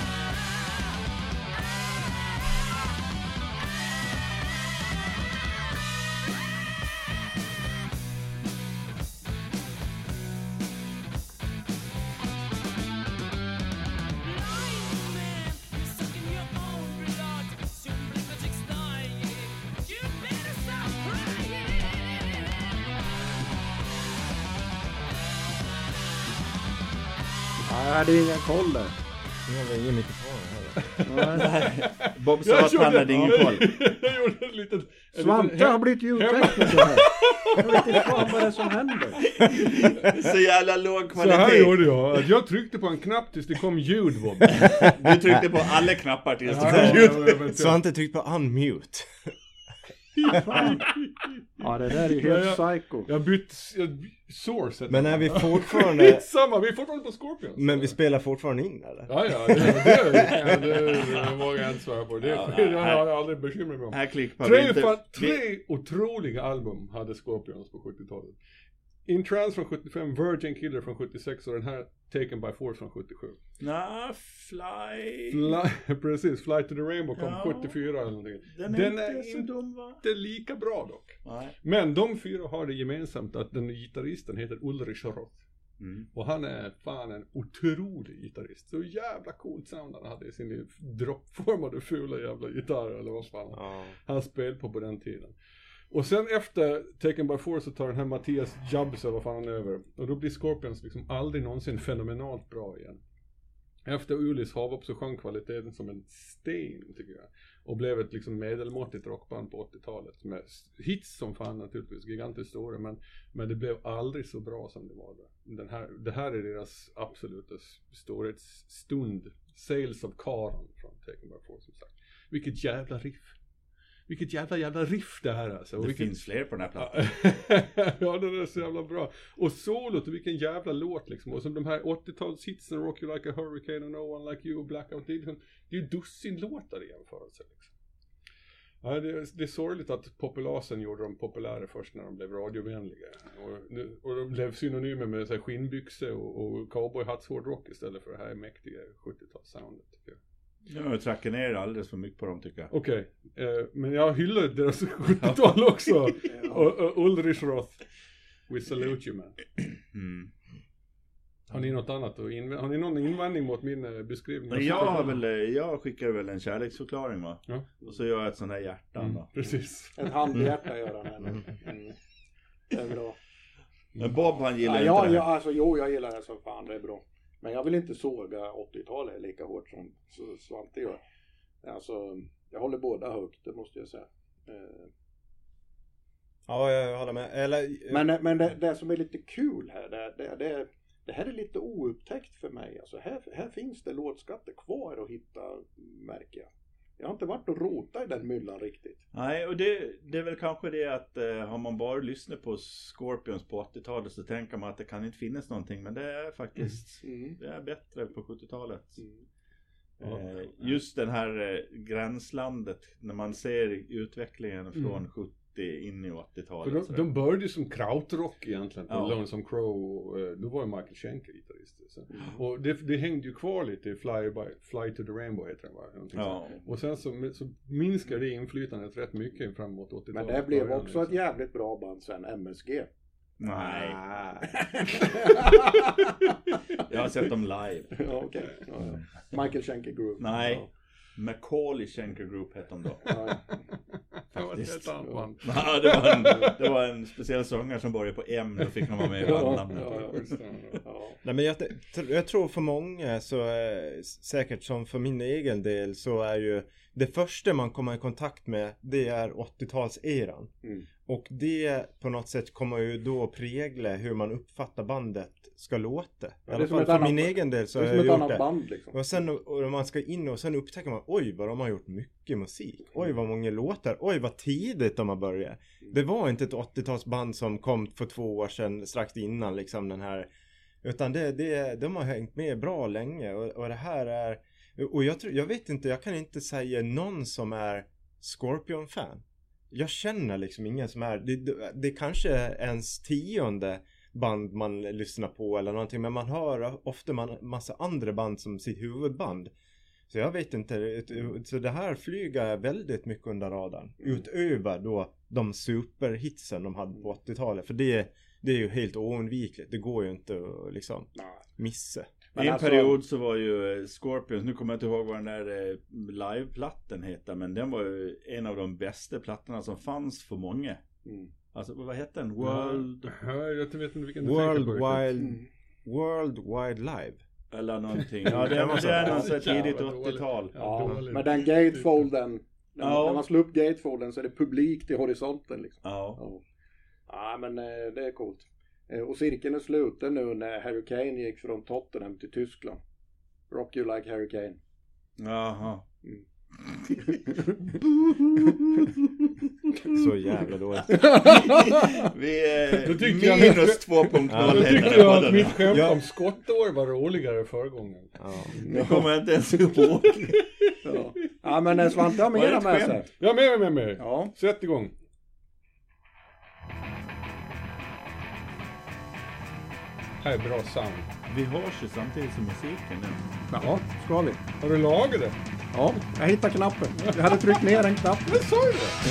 Nej, jag hade ingen koll där. Nu har vi ingen mikrofon heller. Bob sa att han hade ingen koll. Jag gjorde en liten... en Svante liten- har blivit ljudtekniker här. Jag vet inte fan vad det är som händer. Så jävla låg Så här kvalitet. gjorde jag. Att jag tryckte på en knapp tills det kom ljud, Bob. Du tryckte på alla knappar tills Ja, det ja, kom ljud. ja, jag vet Så har inte tryckt på unmute. Ja, det där är ju Ja, helt ja. psycho. Jag bytt jag, source. Men är vi fortfarande... Samma, vi är fortfarande på Scorpions. Men vi spelar fortfarande in eller? Ja, ja, det, det, det, det, det vågar jag inte svara på. Det, Ja, det nej, har jag aldrig bekymrat mig om. Här klickar vi Tre, inte. fan, Vi, tre otroliga album hade Scorpions på sjuttiotalet. In Trance från sjuttiofem, Virgin Killer från sjuttiosex och den här Taken by Force från sjuttiosju. na, fly. Fly, precis, Fly to the Rainbow kom Ja. sjuttiofyra eller någonting. Den är Den inte är så inte dum va? lika bra dock. Nej. Men de fyra har det gemensamt att den gitarristen heter Ulrich Roth. Mm. Och han är fan en otrolig gitarrist. Så jävla coolt sound han hade i sin droppformade fula jävla gitarr eller vad fan Ja. han spelade på på den tiden. Och sen efter Taken by Force så tar den här Mattias Jabs eller vad fan han är över. Och då blir Scorpions liksom aldrig någonsin fenomenalt bra igen. Efter Ulis hav så sjönk kvaliteten som en sten tycker jag. Och blev ett liksom medelmåttigt rockband på åttiotalet. Med hits som fan naturligtvis, gigantiskt stora. Men, men det blev aldrig så bra som det var då. Den här, det här är deras absoluta storhetsstund. Sales of Karan från Taken by Force som sagt. Vilket jävla riff. Vilket jävla jävla riff det här alltså. Och Det vilket... finns fler på den här plattan. Ja, det är så jävla bra. Och solot, och vilken jävla låt liksom. Och som de här åttiotalshitsen, Rock You Like a Hurricane och No One Like You och Blackout. Det är, liksom, det är ju dussin låtar i jämförelse liksom. Ja, det, är, det är sorgligt att populasen gjorde dem populära först när de blev radiovänliga. Och, nu, och de blev synonymer med så här, skinnbyxor och, och cowboyhatshårdrock istället för det här mäktiga sjuttiotalssoundet tycker jag. Ja, jag trackar ner alldeles för mycket på dem tycker jag. Okej, eh, men jag hyllar deras sjuttiotal också. och, och Ulrich Roth. We salute you man. Mm. Har ni något annat att inv- har ni någon invändning mot min eh, beskrivning? Men jag har väl, jag skickar väl en kärleksförklaring va? Ja. Och så gör jag ett sånt här hjärta Mm, då. precis. En handhjärta gör han här. Mm. Det är bra. Men Bob han gillar Ja, inte ja, det här. ja, alltså jo, jag gillar det som fan, det är bra. Men jag vill inte såga åttiotalet lika hårt som så Svante gör. Alltså, jag håller båda högt, det måste jag säga. Eh, Ja, jag håller med. Eller... Men, men det, det som är lite kul här, det, det, det, det här är lite oupptäckt för mig. Alltså här, här finns det låtskatter kvar att hitta, märker jag. Jag har inte varit och rotat i den myllan riktigt. Nej, och det, det är väl kanske det att eh, har man bara lyssnat på Scorpions på åttiotalet så tänker man att det kan inte finnas någonting. Men det är faktiskt, Mm. det är bättre på sjuttiotalet. Mm. Eh, just den här eh, gränslandet när man ser utvecklingen från Mm. sjuttio in i För åttiotalet. de, sådär. de började ju som krautrock egentligen på Ja. Lonesome Crow. eh, Då var ju Michael Schenker gitarrist. Så. Mm. Och det, det hängde ju kvar lite i Fly, by, Fly to the Rainbow heter den va? Någonting Ja. sånt. Och sen så, så minskar det inflytandet rätt mycket framåt åttiotalet. Men det blev början, också ett liksom. jävligt bra band sen, M S G. Nej, jag har sett dem live. Ja, okej. Ja, ja. Michael Schenker Group. Nej, Ja. Macaulay Schenker Group hette de då. Ja, Det var ett faktiskt. helt annat band. Ja, det, var en, det var en speciell sångare som började på M, då fick de vara med i bandnamnet. Ja, ja, Just det. ja. Nej, men jag, jag tror för många så är, säkert som för min egen del så är ju det första man kommer i kontakt med det är åttiotalseran. Mm. Och det på något sätt kommer ju då prägla hur man uppfattar bandet ska låta. I det är alla som fall ett för annat- min egen del så Det är har som jag ett gjort annat det. band liksom. Och sen och man ska in och sen upptäcker man oj vad de har gjort mycket musik. Oj vad många låtar. Oj vad tidigt de har börjat. Det var inte ett åttiotalsband som kom för två år sedan strax innan liksom den här. Utan det, det, de har hängt med bra länge. Och, och det här är. Och jag, tror, jag vet inte, jag kan inte säga någon som är Scorpion-fan. Jag känner liksom ingen som är. Det, det, det kanske är ens tionde band man lyssnar på eller någonting. Men man hör ofta man, massa andra band som sitt huvudband. Så jag vet inte. Så det här flyger väldigt mycket under radarn. Mm. Utöver då de superhitsen de hade på åttiotalet. För det, det är ju helt oundvikligt. Det går ju inte att liksom Nej. missa. Men I en alltså- period så var ju eh, Scorpions, nu kommer jag inte ihåg vad den där eh, liveplattan heter, men den var ju en av de bästa plattorna som fanns för många. Mm. Alltså vad hette den? World Ja, jag vet inte vilken du World tänker på riktigt. Wild, Mm. World Wide Live. eller någonting. Ja, det, det, var så. det är någon så här Jävla tidigt dåligt. åttiotal. Ja, dåligt. men den gatefolden. När, Ja. när man slår upp gatefolden så är det publik till horisonten liksom. Ja. Ja, ja men eh, det är coolt. Eh, Och cirkeln är sluten nu när Harry Kane gick från Tottenham till Tyskland. Rock you like Harry Kane. Jaha. Mm. Så jävla dåligt. Vi Då är tyckte jag- minus två punkt noll. Då tyckte heter jag det. att mitt skämt Ja. om skottår var roligare förra gången. Ja. Det kommer jag inte ens ihåg. Ja, ja men eh, Svante har Var det mera ett med skämt? sig. Ja, med, med, med. Ja. Sätt igång. Här är bra sound. Vi hörs ju samtidigt som musiken nu. Ja, ska vi. Har du lagat det? Ja, jag hittade knappen. Jag hade tryckt ner en knapp. Men sa du det?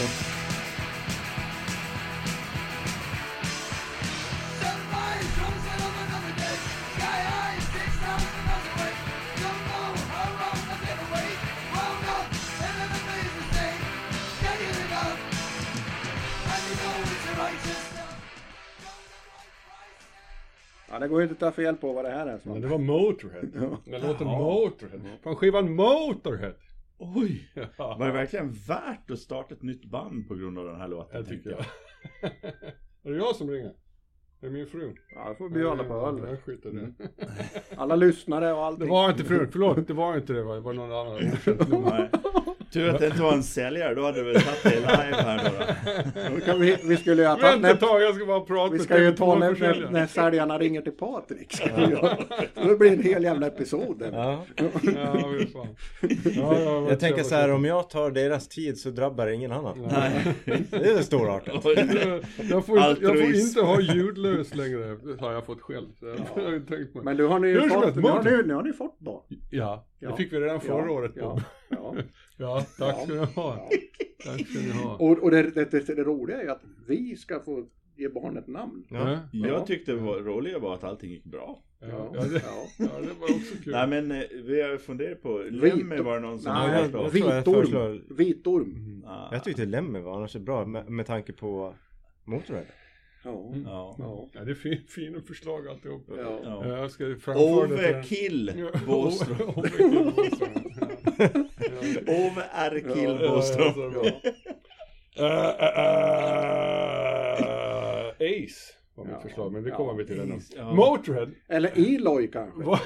Sunrise comes in on another day. Sky high, six thousand miles away. Don't know how long I'll get away. Wound up, and then the place is saying, can't get enough. And you know it's the righteous stuff. Go the right price. Ja, det går ju inte att ta fel på vad det här är. Men Svante. det var Motorhead. Den låter Motorhead. Fan, skivan Motorhead. Oj! Ja, Var det verkligen värt att starta ett nytt band på grund av den här låten? jag tycker tänkte jag. Är det jag som ringer? Är det min fru? Ja, det får bjuda alla på öl. Jag skiter i det. Alla lyssnare och Det allting. var inte frun, förlåt. Det var inte det. Det var någon annan. Nej. Tur att det inte var en säljare, då hade du väl tagit det live här då. då. Då kan vi, vi skulle ju ha tagit Vänta ett när, tag, jag ska bara prata vi med ska ju ta när, när, telefonförsäljaren. när säljarna ringer till Patrik. Det blir en hel jävla episod. där. Ja. Ja, men fan. Ja, ja, Jag tänker så här, om jag tar deras tid så drabbar det ingen annan. Nej. Det är storartat. Jag får, inte, jag får Altruism. inte ha ljudlös längre, har jag fått själv. Så jag har ju tänkt mig. Men du har ni Hur ju som fått, helst, nu har Motorhead. ni, nu har ni fått barn. Ja, det Ja. fick vi redan förra Ja, året. ja, Bob. ja. Ja, tack Ja. ska ni ha. Tack ska ni ha. Och, och det, det, det, det roliga är ju att vi ska få ge barnet namn. Ja. Jag tyckte det var roliga var att allting gick bra. Ja, Ja. ja, det, Ja. ja, det var också kul. Nej men eh, vi har funderat på, Lemmy var det någon som Nej, hade jag- föreslagit. tror jag föreslår- Vitorm. Vitorm. Ah, Jag tyckte Lemmy var annars bra med, med tanke på Motorhead. Ja. Ja. Ja. Ja, det är fin, fina förslag alltihop. Ja. Ja. Jag ska framföra det till en- Overkill Ja, Båström. Ove- Overkill Båström. Ja. Ja. Ove R. Kill Ja, Båström. så bra. Eh, eh, eh, Ace var mitt Ja. förslag, men det Ja, kommer vi till redan. Ja. Motorhead Eller Eloy kanske. var,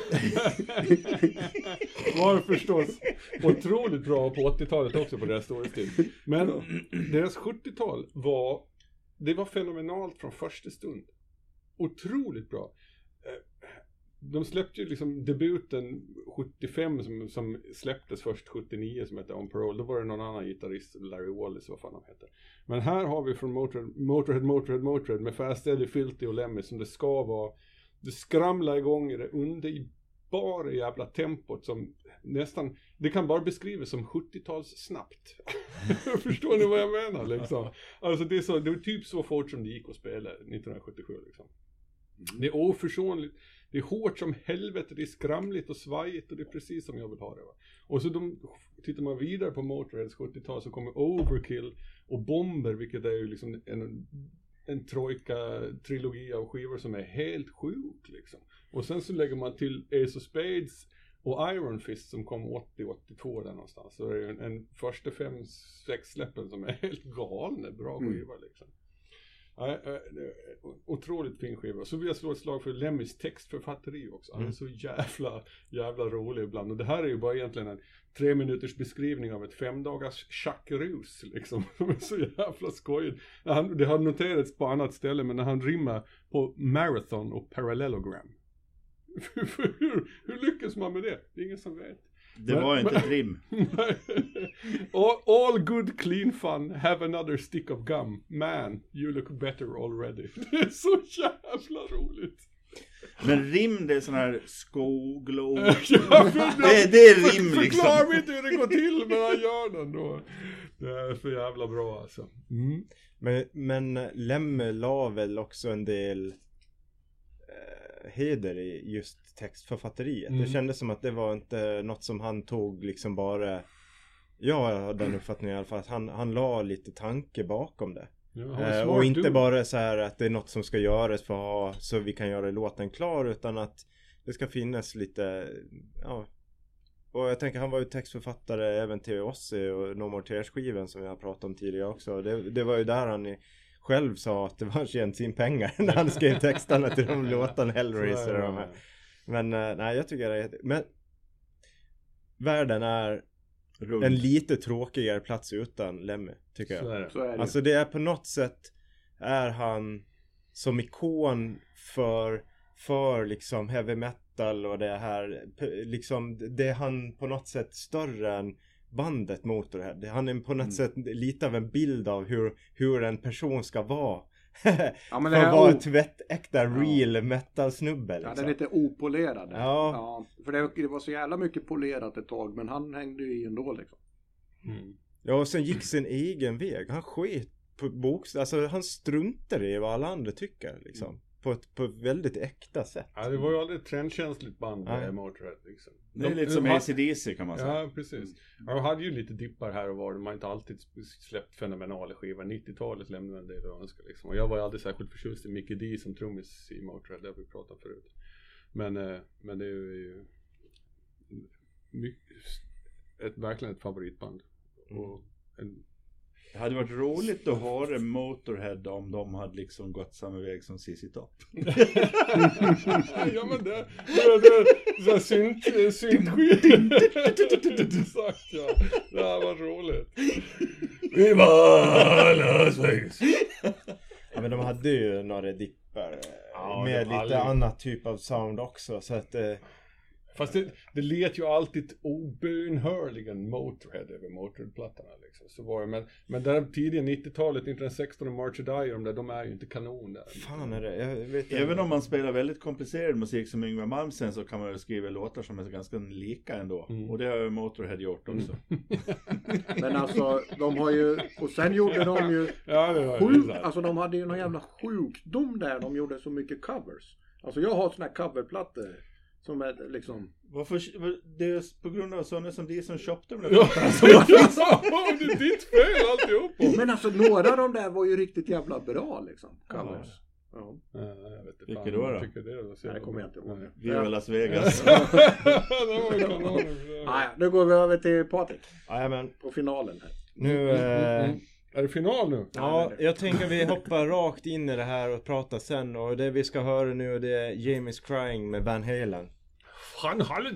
var förstås otroligt bra på åttiotalet också på deras storhetstid. Men deras sjuttiotal var, det var fenomenalt från första stund. Otroligt bra. Eh, de släppte ju liksom debuten sjuttiofem som, som släpptes först sjuttionio som heter On Parole. Då var det någon annan gitarrist, Larry Wallace, vad fan han heter. Men här har vi från Motorhead, Motorhead, Motorhead, Motorhead med Fast Eddie, Filthy och Lemmy som det ska vara. Det skramlar igång i det underbara jävla tempot som nästan, det kan bara beskrivas som sjuttio-tals snabbt. Förstår ni vad jag menar liksom? Alltså det är så, det är typ så fort som det gick att spela nittonhundrasjuttiosju liksom. Det är oförsonligt, det är hårt som helvete, det är skramligt och svajigt och det är precis som jag vill ha det, va? Och så de, tittar man vidare på Motorheads sjuttiotal så kommer Overkill och Bomber, vilket är ju liksom en, en trojka-trilogi av skivor som är helt sjuk liksom. Och sen så lägger man till Ace of Spades och Iron Fist som kom åttio åttiotvå där någonstans. Så det är en, en första fem sex släppen som är helt galna bra skiva mm. liksom. Ja, otroligt fin skiva. Så vill jag slå ett slag för Lemmys textförfatteri också. Han är så jävla, jävla rolig ibland. Och det här är ju bara egentligen en tre minuters beskrivning av ett femdagars tjackrus liksom. Som är så jävla skojigt. Han, det har noterats på annat ställe, men när han rimmar på marathon och parallelogram. hur, hur lyckas man med det? Det är ingen som vet. Det var men, inte ett rim. all, all good clean fun. Have another stick of gum. Man, you look better already. Det är så jävla roligt. Men rim, det är sån här skoglå. ja, det, det är rim för, liksom. Förklar mig inte hur det går till, men han gör den då. Det är för jävla bra alltså. Mm. Men, men Lemmy la väl också en del heder i just textförfatteriet. Mm. Det kändes som att det var inte något som han tog liksom bara, jag har den uppfattningen i alla fall, att han, han la lite tanke bakom det. Ja, eh, och inte du. bara så här att det är något som ska göras för att ha, så vi kan göra låten klar, utan att det ska finnas lite, ja. Och jag tänker, han var ju textförfattare även till oss och No More Tears-skivan som jag har pratat om tidigare också. Det, det var ju där han i själv sa att det var tjänt sin pengar när han skrev texterna till de låtarna Hellraiser och de här. Men uh, nej, jag tycker det är, men världen är Runt. en lite tråkigare plats utan Lemmy, tycker jag. Så är det. Så är det. Alltså det är på något sätt, är han som ikon för för liksom heavy metal och det här, liksom det är han på något sätt större än bandet Motorhead. Han är på något mm. sätt lite av en bild av hur, hur en person ska vara. ja, men det för att vara o- ett tvättäkta real ja. metal-snubbe. Liksom. Ja, det är lite opolerad. Ja. ja. För det, det var så jävla mycket polerat ett tag, men han hängde ju i ändå liksom. Mm. Ja, och sen gick sin egen väg. Han sket på bokst. Alltså han struntade i vad alla andra tycker liksom. Mm. På ett, på ett väldigt äkta sätt. Ja, det var ju aldrig ett trendkänsligt band med ja. Motorhead liksom. Det är de, lite som A C D C kan man säga. Ja, precis. Ja, de hade ju lite dippar här och var. De har inte alltid släppt fenomenala skivor. nittiotalet lämnade en del att önska liksom. Och jag var ju aldrig särskilt förtjust i Mickey D som trummis i Motorhead. Det har vi pratat förut. Men, eh, men det är ju mycket, ett, verkligen ett favoritband. Mm. Och en, det hade varit roligt att höra Motorhead om de hade liksom gått samma väg som C C Top. ja men det det det så synt syntskit. Exakt ja. Det här var roligt. Vi var Las Vegas. Ja men de hade ju några dippar ja, med lite aldrig... annat typ av sound också så att eh... fast det, det let ju alltid obönhörligen Motorhead över Motorhead-plattorna liksom. Så var det, men, men där tidiga nittiotalet, nittonhundrasexton och March or Die, de, där, de är ju inte kanon där. Fan är det? Jag vet Även om man spelar väldigt komplicerad musik som Yngwie Malmsteen så kan man ju skriva låtar som är ganska lika ändå. Mm. Och det har ju Motorhead gjort också. Mm. Men alltså, de har ju, och sen gjorde de ju ja, det var sjuk, alltså de hade ju någon jävla sjukdom där, de gjorde så mycket covers. Alltså jag har såna här coverplattor som är liksom... Varför? Det är på grund av sådana som de som köpte dem. Ja, alltså, det är ditt fel alltihop. Men alltså några av de där var ju riktigt jävla bra liksom. Covers. Ja. Ja, jag vet inte. Vilka då då? Tycker det, då Nej, det kommer jag inte ihåg. Vi är Las Vegas. det var ju kanon. Nej, nu går vi över till Patrik. Jajamän. På finalen här. Nu... Eh... Är det final nu? Ja, jag tänker vi hoppar rakt in i det här och pratar sen. Och det vi ska höra nu det är Jamie's Crying med Van Halen. Van Halen!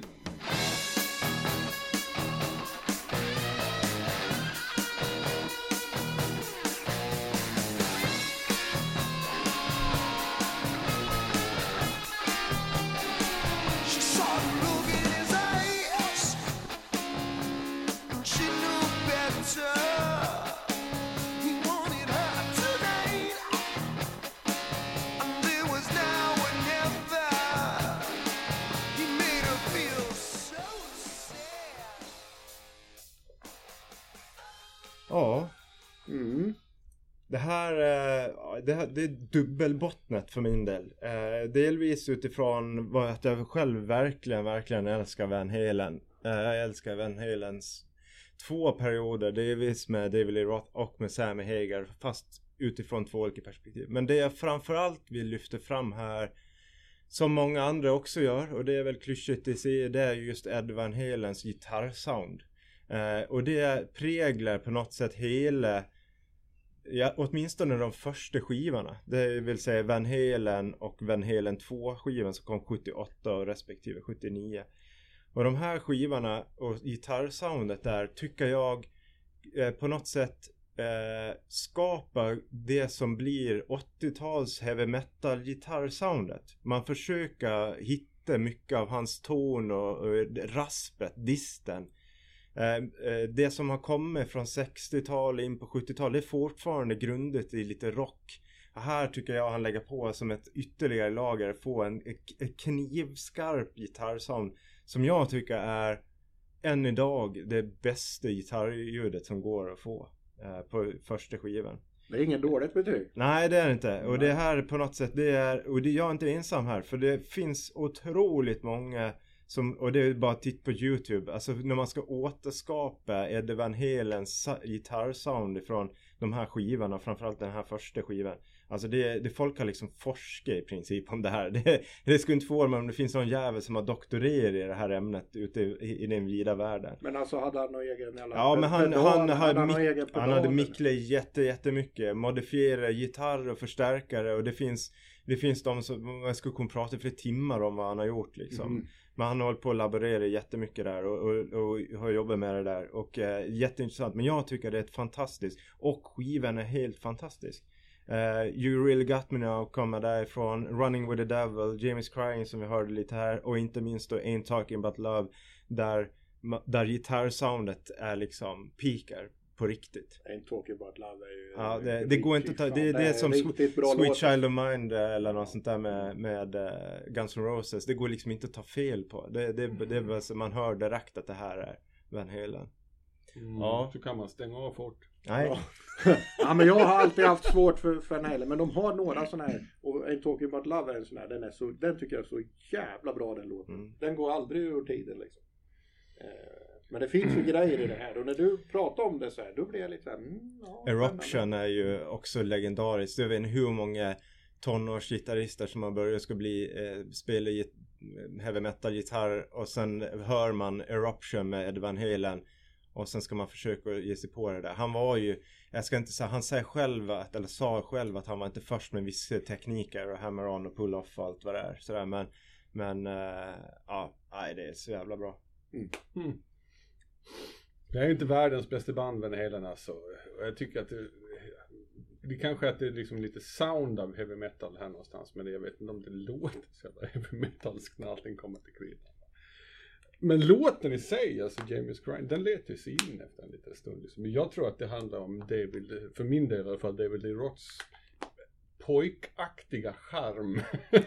Mm. Det här, eh, det här det är dubbelbottnet för min del. Eh, delvis utifrån vad att jag själv verkligen, verkligen älskar Van Halen. Eh, jag älskar Van Halens två perioder, delvis med David Lee Roth och med Sammy Hagar, fast utifrån två olika perspektiv. Men det jag framförallt vill lyfta fram här, som många andra också gör, och det är väl klyschigt i sig, det är just Ed Van Halens gitarrsound. Eh, och det präglar på något sätt hela, ja, åtminstone de första skivorna. Det vill säga Van Halen och Van Halen två skivan som kom sjuttioåtta och respektive sjuttionio. Och de här skivorna och gitarrsoundet där tycker jag eh, på något sätt eh, skapar det som blir åttio-tals heavy metal gitarrsoundet. Man försöker hitta mycket av hans ton och, och raspet, disten. Eh, eh, det som har kommit från sextiotal in på sjuttiotal, det är fortfarande grundet i lite rock. Här tycker jag han lägger på som ett ytterligare lager, få en, en knivskarp gitarrsound som jag tycker är än idag det bästa gitarrljudet som går att få eh, på första skivan. Det är ingen dåligt betyg. Nej, det är det inte. Och det här på något sätt, det är, och det, jag är inte ensam här, för det finns otroligt många som, och det är bara att titta på YouTube, alltså när man ska återskapa Ed Van Halens gitarrsound ifrån de här skivorna, framförallt den här första skivan. Alltså det, det folk har liksom forskat i princip om det här. Det, det skulle inte få mig om det finns någon jävel som har doktorerat i det här ämnet ute i, i den vida världen. Men alltså hade han någon egen eller Ja, men han, pedal, han, hade han, någon mik- egen pedal, han hade eller? micklat jätte, jättemycket. Modifierade gitarr och förstärkare. Och det finns, det finns de som, man skulle kunna prata för timmar om vad han har gjort liksom. Mm. Men han har hållit på att laborera jättemycket där och, och, och har jobbat med det där. Och eh, jätteintressant. Men jag tycker det är ett fantastiskt. Och skivan är helt fantastisk. Uh, You Really Got Me Now kommer därifrån. Running With The Devil, James Crying som vi hörde lite här. Och inte minst då Ain't Talking About Love. Där, där gitarrsoundet är liksom peakar på riktigt. Ain't Talking About Love är ju... Ja, det, det går inte att ta... Det, det är som Sweet Child of Mind eller något sånt där med, med uh, Guns N' Roses. Det går liksom inte att ta fel på. Det, det, det är bara så man hör direkt att det här är Van Halen. Mm, ja. Så kan man stänga av fort. Nej. Ja. Ja, men jag har alltid haft svårt för Van Halen. Men de har några sådana här. Och Ain't Talking About Love är en sån här. Den, är så, den tycker jag är så jävla bra, den låten. Mm. Den går aldrig ur tiden liksom. Eh, men det finns ju grejer i det här. Och när du pratar om det så här, då blir jag lite så här, mm, ja, Eruption är ju också legendariskt. Jag vet inte hur många tonårsgitarrister som har börjat ska bli eh, spela i heavy metal gitarr. Och sen hör man Eruption med Ed Van Halen. Och sen ska man försöka ge sig på det där. Han var ju, jag ska inte säga, han säger själv att, eller sa själv att han var inte först med vissa tekniker och hammer on och pull off och allt vad det är. Sådär, men, men uh, ja, nej, det är så jävla bra. Mm. Mm. Det är inte världens bästa band Van Halen alltså. Jag tycker att det, det kanske är att det är liksom lite sound av heavy metal här någonstans. Men jag vet inte om det låter så jävla heavy metalsk när allting kommer till kritan. Men låten i sig, alltså James Crying, den lät ju sig in efter en liten stund. Liksom. Men jag tror att det handlar om David, för min del i alla fall, David Lee Roths pojkaktiga charm.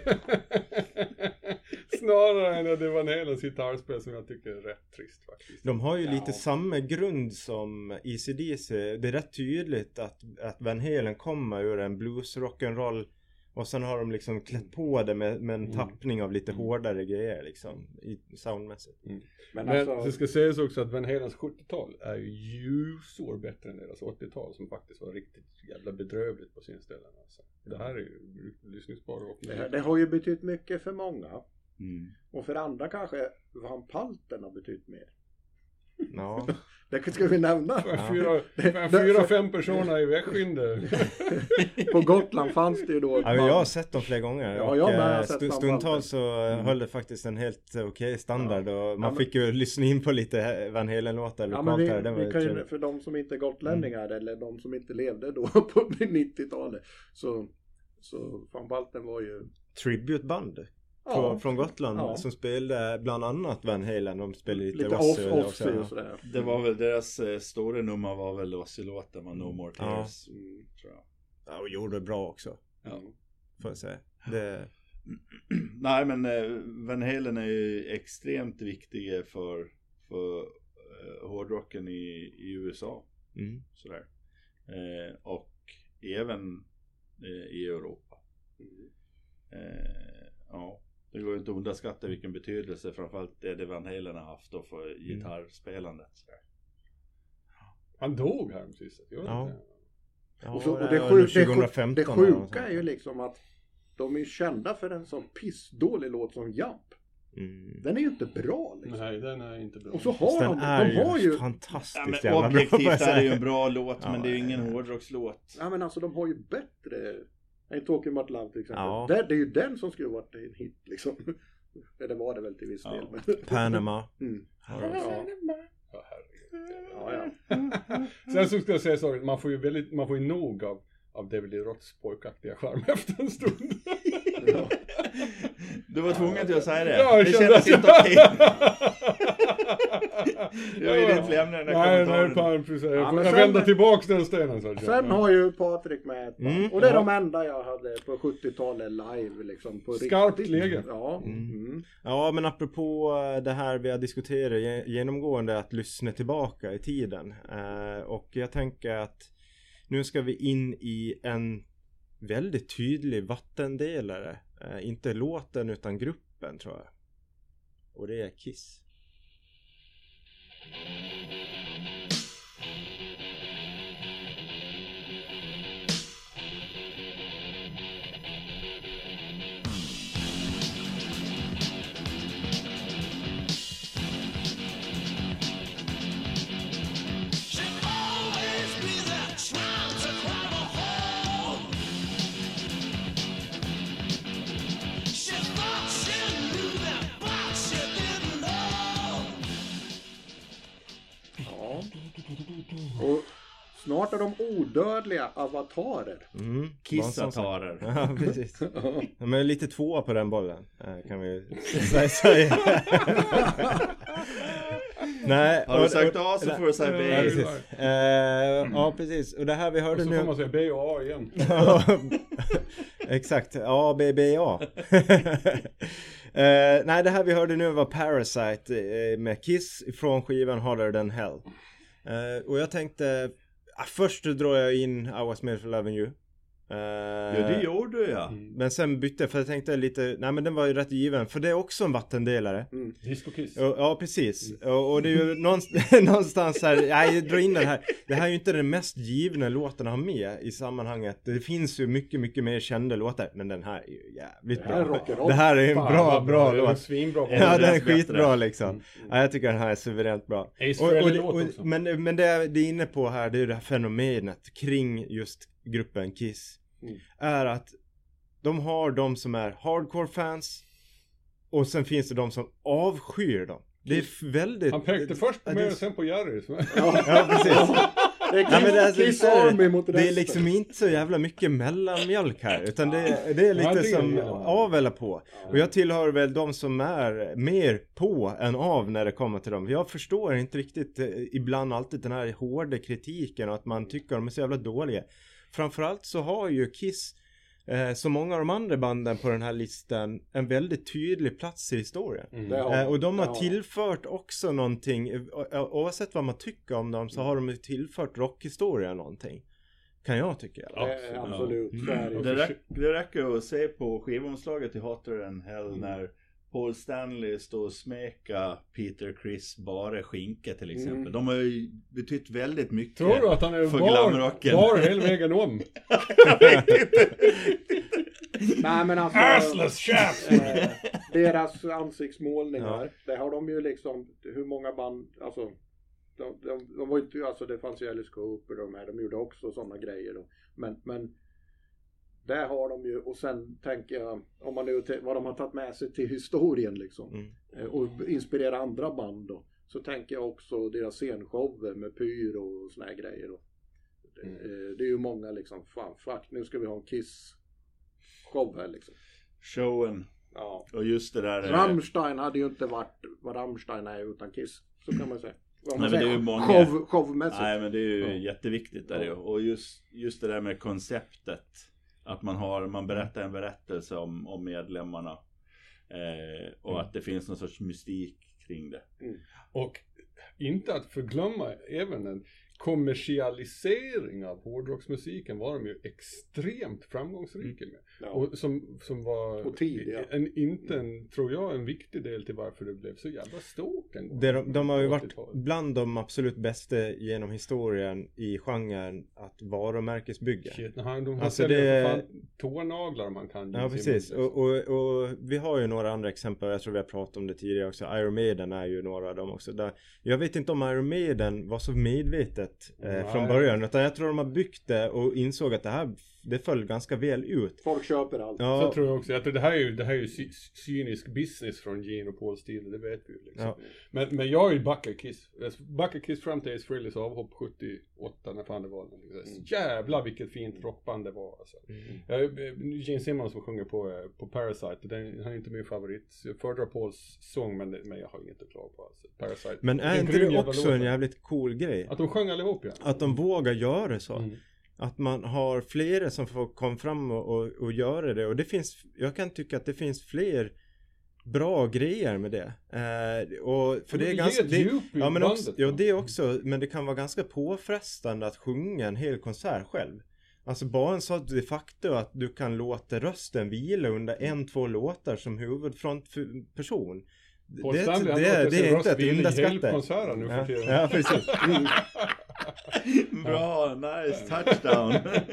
Snarare än att det var en hel gitarrspel som jag tycker är rätt trist faktiskt. De har ju ja. lite samma grund som E C D C. Det är rätt tydligt att, att Van Halen kommer ur en blues rock'n'roll. Och sen har de liksom klätt på det med, med en mm. tappning av lite hårdare grejer liksom i soundmässigt. Mm. Men, Men alltså... det ska sägas också att Van Halens sjuttiotal är ju ljusår bättre än deras åttiotal som faktiskt var riktigt jävla bedrövligt på sin ställen. Alltså. Det här är ju lyssningsbart. Det, det har ju betytt mycket för många. Mm. Och för andra kanske Van Palten har betytt mer. Ja. Det ska vi nämna. Ja. Fyra, fyra, fem personer i Västskynde. På Gotland fanns det ju då. Ja, jag har sett dem flera gånger. Ja, jag med, och st- stundtals så mm. höll det faktiskt en helt okej okay standard. Ja. Och man ja, men... fick ju lyssna in på lite Van Halen-låtar ja, lokalt vi, här. Det var vi kan ju, för de som inte är gotlänningar mm. eller de som inte levde då på nittiotalet. Så, så Van Palten var ju... Tributeband. Ja. Från Gotland ja. Som spelade bland annat Van Halen. De spelade lite, lite Ozzy off, off, och sådär. Det var väl deras eh, stora nummer var väl Ozzy-låten var No More Tears. Ja. Mm, tror jag. Ja, och gjorde det bra också. Ja. Får jag säga. Det... Nej, men eh, Van Halen är ju extremt viktiga för, för eh, hårdrocken i, i U S A. Mm. Sådär. Eh, och även eh, i Europa. Eh, ja, det går ju inte att underskatta vilken betydelse framförallt Eddie Van Halen har haft då för mm. gitarrspelandet. Han dog här precis. Ja. Ja, och, så, och det, sjuk, det, det sjuka är ju liksom att de är kända för en sån pissdålig låt som Jump. Mm. Den är ju inte bra liksom. Nej, den är inte bra. Och så har den de, är de har ju fantastiskt ja, men objektivt är det ju en bra låt, ja, men det är ju ingen ja. hårdrockslåt. Ja, men alltså de har ju bättre en Talking About Love till exempel. Ja. Det, det är ju den som skulle varit en hit liksom. Det var det väl till viss del. Ja. Panama. Mm. Ja. Ja. Ja, herregud. Ja, ja. Sen så ska jag säga så, man får ju väldigt, man får ju nog av av David Lee Roths pojkaktiga charm efter en stund. Ja. Du var tvungen till att säga det. Ja, det kändes inte okej. Jag är inte lämna den där nej, kommentaren. nej, fan, precis. Jag, Ja, jag sen, vänder tillbaks den stenen. Så sen har ju Patrik med ett mm, och det är ja. de enda jag hade på sjuttiotalet live liksom. På skarpt riktigt. läge. Ja. Mm. Mm. Ja, men apropå det här vi har diskuterat genomgående att lyssna tillbaka i tiden. Eh, och jag tänker att nu ska vi in i en väldigt tydlig vattendelare. Eh, inte låten utan gruppen tror jag. Och det är Kiss. Och snart är de odödliga avatarer. Mm, Kissatarer. Ja, precis. Men lite tvåa på den bollen kan vi säga. Nej, har du och, sagt och, A så får du säga B. Ja, precis. Uh, ja, precis. Och det här vi hörde och så nu... får man säga B och A igen. Exakt. A, B, B, A. Uh, nej, det här vi hörde nu var Parasite uh, med Kiss från skivan Harder Than Hell. Uh, och jag tänkte... Uh, först drar jag in I Was Made For Loving You. Uh, ja, det gjorde jag. Men sen bytte jag för jag tänkte lite... Nej, men den var ju rätt given. För det är också en vattendelare. Mm. Disco Kiss. Och, ja, precis. Mm. Och, och det är ju någonstans, någonstans här... Nej, jag drar in den här. Det här är ju inte den mest givna låten att ha med i sammanhanget. Det finns ju mycket, mycket mer kända låtar. Men den här är ju jävligt det här bra. Det här är en Fan, bra, bra låt. låt. Svinbra. Ja, den är skitbra liksom. Mm. Ja, jag tycker den här är suveränt bra. Ace Och, och, låt och, också. men, men det det är inne på här, det är det här fenomenet kring just gruppen Kiss. Mm. Är att de har de som är hardcore-fans och sen finns det de som avskyr dem. Det är väldigt... Han pekade först på mig och sen på Jerry. Ja, ja, precis. Det är Kiss, ja, men det, är, Kiss det, är, Army mot det är liksom inte så jävla mycket mellanmjölk här. Utan det, det är lite Ja, som det är, av eller på. Ja. Och jag tillhör väl de som är mer på än av när det kommer till dem. Jag förstår inte riktigt eh, ibland alltid den här hårda kritiken och att man tycker de är så jävla dåliga. Framförallt så har ju Kiss, eh, som många av de andra banden på den här listan, en väldigt tydlig plats i historien. Mm. Eh, och de har ja. tillfört också någonting, oavsett vad man tycker om dem så har de tillfört rockhistorien någonting. Kan jag tycka. Absolut, eh, absolut. Ja. Mm. Det, räck, det räcker att se på skivomslaget i Hotter Than Hell mm. när Paul Stanley står och smeka Peter Criss bara skinka till exempel. Mm. De har ju betytt väldigt mycket. Tror du att han är för var, var hela vägen om? Nej, men alltså Assless chap! eh, deras ansiktsmålningar, Ja. det har de ju liksom, hur många band, alltså de, de, de var inte, alltså det fanns ju Alice Cooper och de här, de gjorde också sådana grejer då. Men, men där har de ju, och sen tänker jag, om man nu, vad de har tagit med sig till historien liksom, mm. och inspirera andra band då, så tänker jag också deras scenshower med pyro och såna här grejer då. Mm. Det, det är ju många liksom, fan, fuck, nu ska vi ha en Kiss show här liksom. Showen. Ja. Och just det där... Rammstein hade ju inte varit vad Rammstein är utan Kiss, så kan man säga. Nej, men det är ju många... Show, showmässigt. Nej, men det är ju ja. jätteviktigt där, ja. Och just, just det där med konceptet. Att man har, man berättar en berättelse om, om medlemmarna. Eh, och mm. att det finns någon sorts mystik kring det. Mm. Och inte att förglömma även en kommersialisering av hårdrocksmusiken var de ju extremt framgångsrika med. Ja. Och som, som var Och tidiga. en, inte en, tror jag, en viktig del till varför det blev så jävla stort en gång. Det, de, de har ju varit åttiotalet. bland de absolut bästa genom historien i genren att varumärkesbygga. Shit, han, de har Alltså alltså det- för fan tånaglar man kan. Ja, precis. Och, och, och vi har ju några andra exempel. Jag tror vi har pratat om det tidigare också. Iron Maiden är ju några av dem också. Där, jag vet inte om Iron Maiden var så medvetet eh, Nej. från början. Utan jag tror de har byggt det och insåg att det här det föll ganska väl ut. Folk köper allt. Ja, Så tror jag också. Jag tror det här är ju, det här är ju cy- cynisk business från Gene och Paul Steele, det vet vi ju liksom. Ja. Men, men jag är ju Bucker Kiss. Bucker Kiss fram till Ace Frehleys avhopp sjuttioåtta, när fan det var. Mm. Jävla vilket fint rockband det var alltså. Mm. Jag, Gene Simmons som sjunger på, eh, på Parasite, den, han är inte min favorit. Jag föredrar Pauls sång, men, det, men jag har inget att klaga på alltså. Parasite. Men är En inte grym det jävla också låt. en jävligt cool grej? Att de sjöng allihop, ja. Att de vågar göra så. Mm. Att man har flera som får komma fram och, och, och göra det. Och det finns, jag kan tycka att det finns fler bra grejer med det. Eh, och för Men det är det ganska... ger Det, ett djup i ja, men bandet, också, ja, va? det också. Men det kan vara ganska påfrestande att sjunga en hel konsert själv. Alltså bara en sån de facto att du kan låta rösten vila under en, två låtar som huvudfrontperson. Paul Det, Stanley, han det, låter det sin är röst inte ett vila i underskatta. helgkonserter nu för Ja, tiden. ja, precis. Bra, nice touchdown.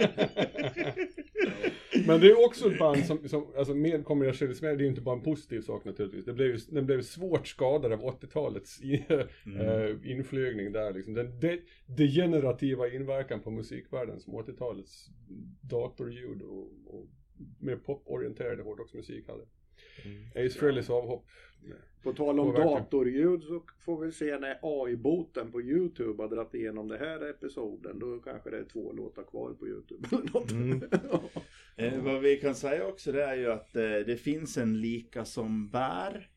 Men det är också ett band som, som alltså med kommersialisering, det är ju inte bara en positiv sak naturligtvis. Det blev ju, den blev svårt skadad av åttiotalets i, Mm. äh, inflygning där liksom. Den de, degenerativa inverkan på musikvärlden som åttiotalets datorljud och, och mer poporienterade hårdrocksmusik hade. Mm. Ace Frehleys avhopp. På tal om Påverkar. datorljud så får vi se när A I-boten på YouTube har dragit igenom det här episoden. Då kanske det är två låtar kvar på YouTube eller något. Mm. Eh, vad vi kan säga också det är ju att eh, det finns en lika som bär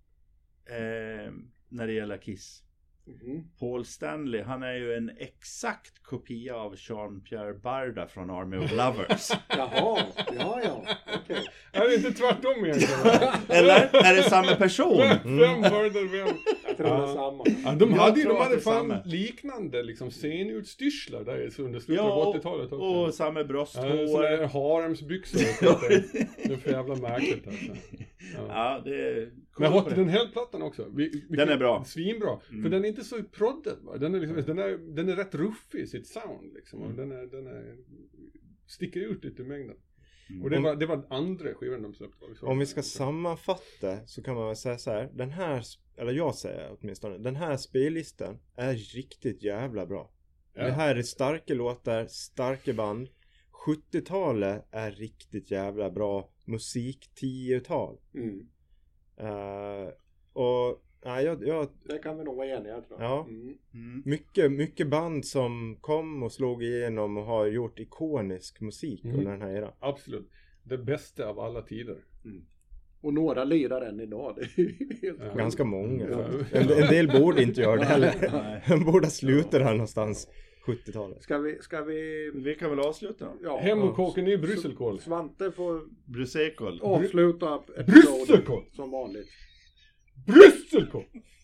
eh, när det gäller Kiss. Mhm. Paul Stanley, han är ju en exakt kopia av Jean-Pierre Barda från Army of Lovers. Jaha, ja ja, okej. Är det inte tvärtom egentligen? Eller är det samma person? Vem mördar vem? Jag tror det är Ja. samma. Ja, de Jag hade ju tror de att hade det är fan samma. liknande liksom scenutstyrslar där så under slutet av Ja, åttiotalet också. och, och samma Ja, brösthår. sådana här haremsbyxor. Det är för jävla märkligt alltså. Ja. Ja, det är... Men Hot den Hell-plattan också. Vi, vi, Den är bra. Svinbra. Mm. För den är inte så prodded va? Den är, liksom, den är, den är rätt ruffig i sitt sound liksom. Och den är, den är, sticker ut lite i mängden. Mm. Och det var, det var andra skivan de släppte. va? Om vi ska sammanfatta så kan man väl säga så här. Den här, eller jag säger åtminstone, den här spellistan är riktigt jävla bra. Ja. Det här är starka låtar, starka band. sjuttiotalet är riktigt jävla bra musik, tiotal. Mm. Uh, och nej, jag, jag, Det kan vi nog vara eniga tror jag. Ja. Mm. Mm. mycket, mycket band som kom och slog igenom och har gjort ikonisk musik Mm. under den här eran. Absolut. Det bästa av alla tider. Och några lirar än idag. Det är ju helt Ja. sjukt. Ganska många. Ja. En, en del borde inte göra det heller. Nej. De borde ha slutat här någonstans sjuttiotalet. Ska vi, ska vi... Vi kan väl avsluta då? Ja, Hem och koka ny brysselkål. Svante får Brusekol. avsluta Brysselkål! episoden som vanligt. Brysselkål!